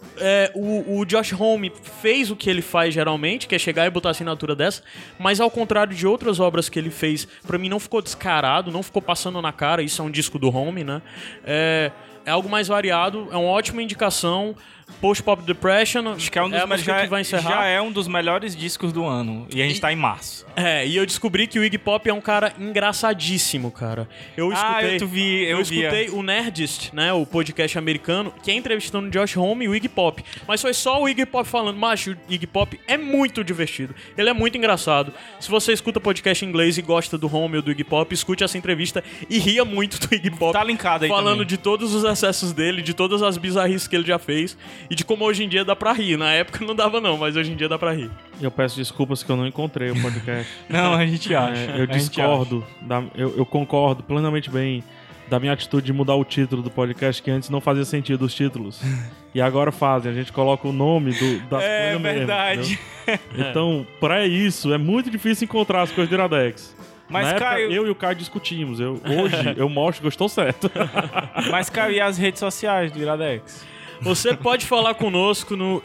o Josh Homme fez o que ele faz geralmente, que é chegar e botar a assinatura dessa, mas ao contrário de outras obras que ele fez, pra mim não ficou descarado, não ficou passando na cara. Isso é um disco do Homme, né? É algo mais variado, é uma ótima indicação. Post Pop Depression, acho que é um dos que vai encerrar. Já é um dos melhores discos do ano. E a gente tá em março. E eu descobri que o Iggy Pop é um cara engraçadíssimo, cara. Eu escutei o Nerdist, né, o podcast americano, que é entrevistando o Josh Homme e o Iggy Pop. Mas foi só o Iggy Pop falando, macho, o Iggy Pop é muito divertido. Ele é muito engraçado. Se você escuta podcast em inglês e gosta do Homme ou do Iggy Pop, escute essa entrevista e ria muito do Iggy Pop. Tá linkado aí falando também. de todos os acessos dele, de todas as bizarrices que ele já fez e de como hoje em dia dá pra rir. Na época não dava não, mas hoje em dia dá pra rir. Eu peço desculpas que eu não encontrei o podcast. Não, a gente acha. Eu discordo. Eu concordo plenamente bem da minha atitude de mudar o título do podcast, que antes não fazia sentido os títulos. E agora fazem. A gente coloca o nome das coisas mesmo. É verdade. Então, pra isso, é muito difícil encontrar as coisas do Iradex. Mas, na época, Caio... eu e o Caio discutimos. Hoje eu mostro que eu estou certo. Mas, Caio, e as redes sociais do Iradex? Você pode falar conosco no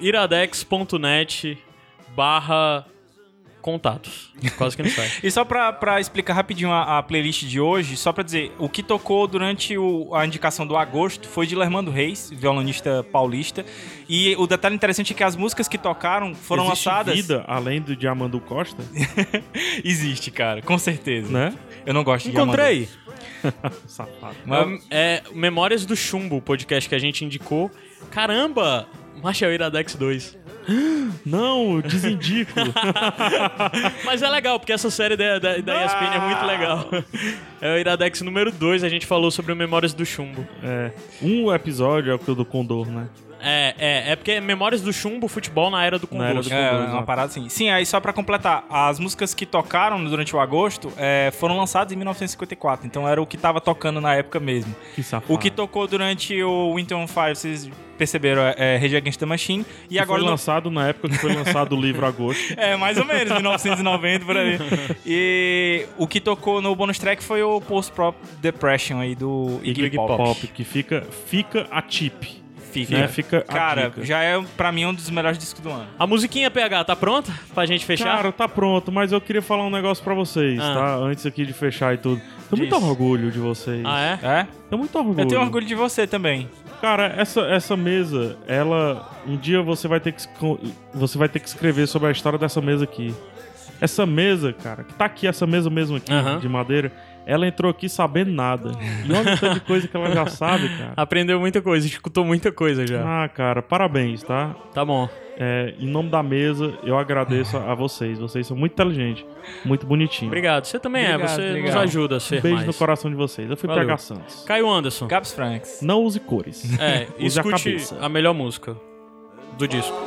iradex.net/contatos. Quase que não sai. E só pra explicar rapidinho a playlist de hoje, só pra dizer, o que tocou durante a indicação do agosto foi de Lermando Reis, violonista paulista. E o detalhe interessante é que as músicas que tocaram foram lançadas... Existe vida além do de Amandu Costa? Existe, cara, com certeza. Né? Eu não gosto de Encontrei! Safado. Memórias do Chumbo, o podcast que a gente indicou. Caramba! Macho, é o Iradex 2. Não, desindico. Mas é legal, porque essa série da ESPN é muito legal. É o Iradex número 2, a gente falou sobre o Memórias do Chumbo. Um episódio é o do Condor, né? É porque Memórias do Chumbo, futebol na era do Convulso. Uma parada assim. Sim, aí só pra completar, as músicas que tocaram durante o agosto foram lançadas em 1954, então era o que tava tocando na época mesmo. Que safado. O que tocou durante o Winter on Fire, vocês perceberam, é Rage Against the Machine. E agora foi lançado na época que foi lançado o livro Agosto. Mais ou menos, 1990, por aí. E o que tocou no bonus track foi o Post-Prop Depression aí do Iggy Pop. Que fica a tip. Né? Fica Cara, a dica. já é pra mim um dos melhores discos do ano. A musiquinha PH tá pronta pra gente fechar? Cara, tá pronto, mas eu queria falar um negócio pra vocês, tá? Antes aqui de fechar e tudo. Tenho muito orgulho de vocês. Ah, é? Tenho muito orgulho. Eu tenho orgulho de você também. Cara, essa mesa, ela... Um dia você vai ter que escrever sobre a história dessa mesa aqui. Essa mesa, cara, que tá aqui, essa mesa mesmo aqui, de madeira... Ela entrou aqui sabendo nada. E olha o tanto de coisa que ela já sabe, cara. Aprendeu muita coisa, escutou muita coisa já. Ah, cara, parabéns, tá? Tá bom. Em nome da mesa, eu agradeço a vocês. Vocês são muito inteligentes, muito bonitinhos. Obrigado. Você também você nos ajuda a ser beijo mais. no coração de vocês. Eu fui Valeu. PH Santos. Caio Anderson. Gabs Franks. Não use cores. Use escute a melhor música do disco.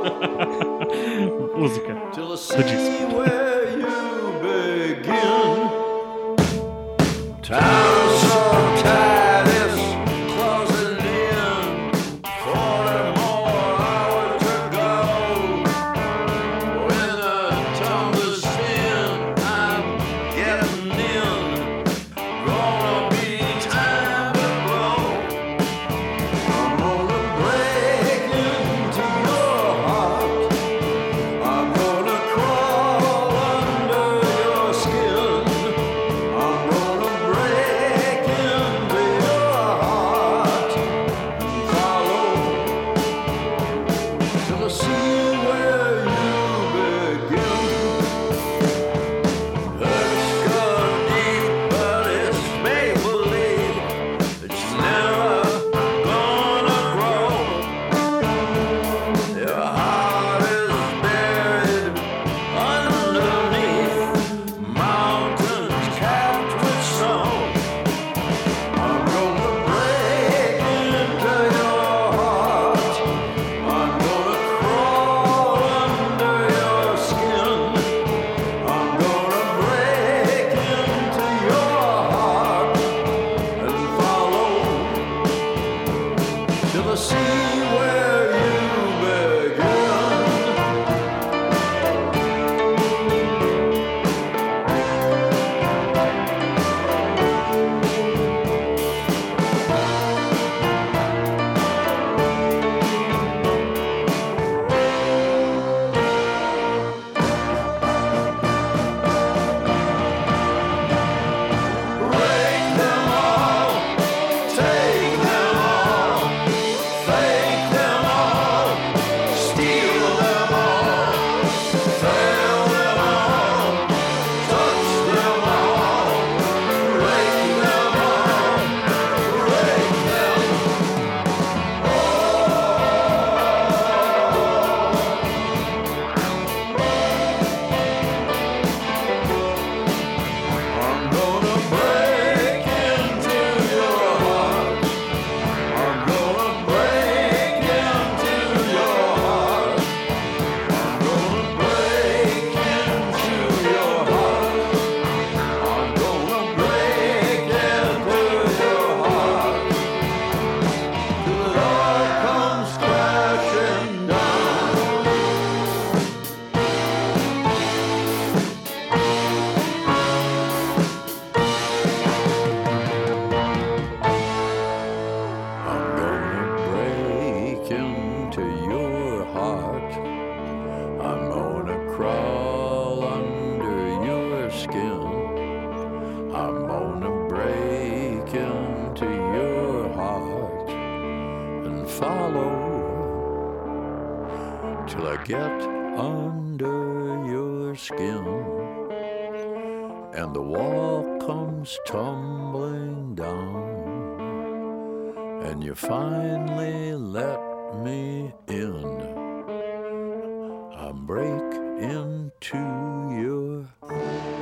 Música do disco. Time so tight, it's closing in. 40 more hours to go. When the tumblers spin, I'm getting in. Gonna be time to blow. I'm gonna break into your heart. I'm gonna crawl under your skin. I'm gonna break into your heart and follow till I see where you begin. It's gone deep, but it's make-believe. It's never gonna grow. Your heart is buried underneath mountains capped with snow. I'm gonna break into your heart. I'm gonna crawl under your skin. I'm gonna break into your heart and follow till I see where you begin. Break them all, take them all, fake them all, steal them all, fail them all, touch them all, break them all, break them I'm gonna break into your heart. I'm gonna break into your heart. I'm gonna break into your heart. I'm gonna break into your heart till it all comes crashing down. I'm gonna break into your heart. I'm gonna crawl under your skin. I'm gonna break into your heart and follow till I get under your skin. And the wall comes tumbling down. And you finally let me in. I break into your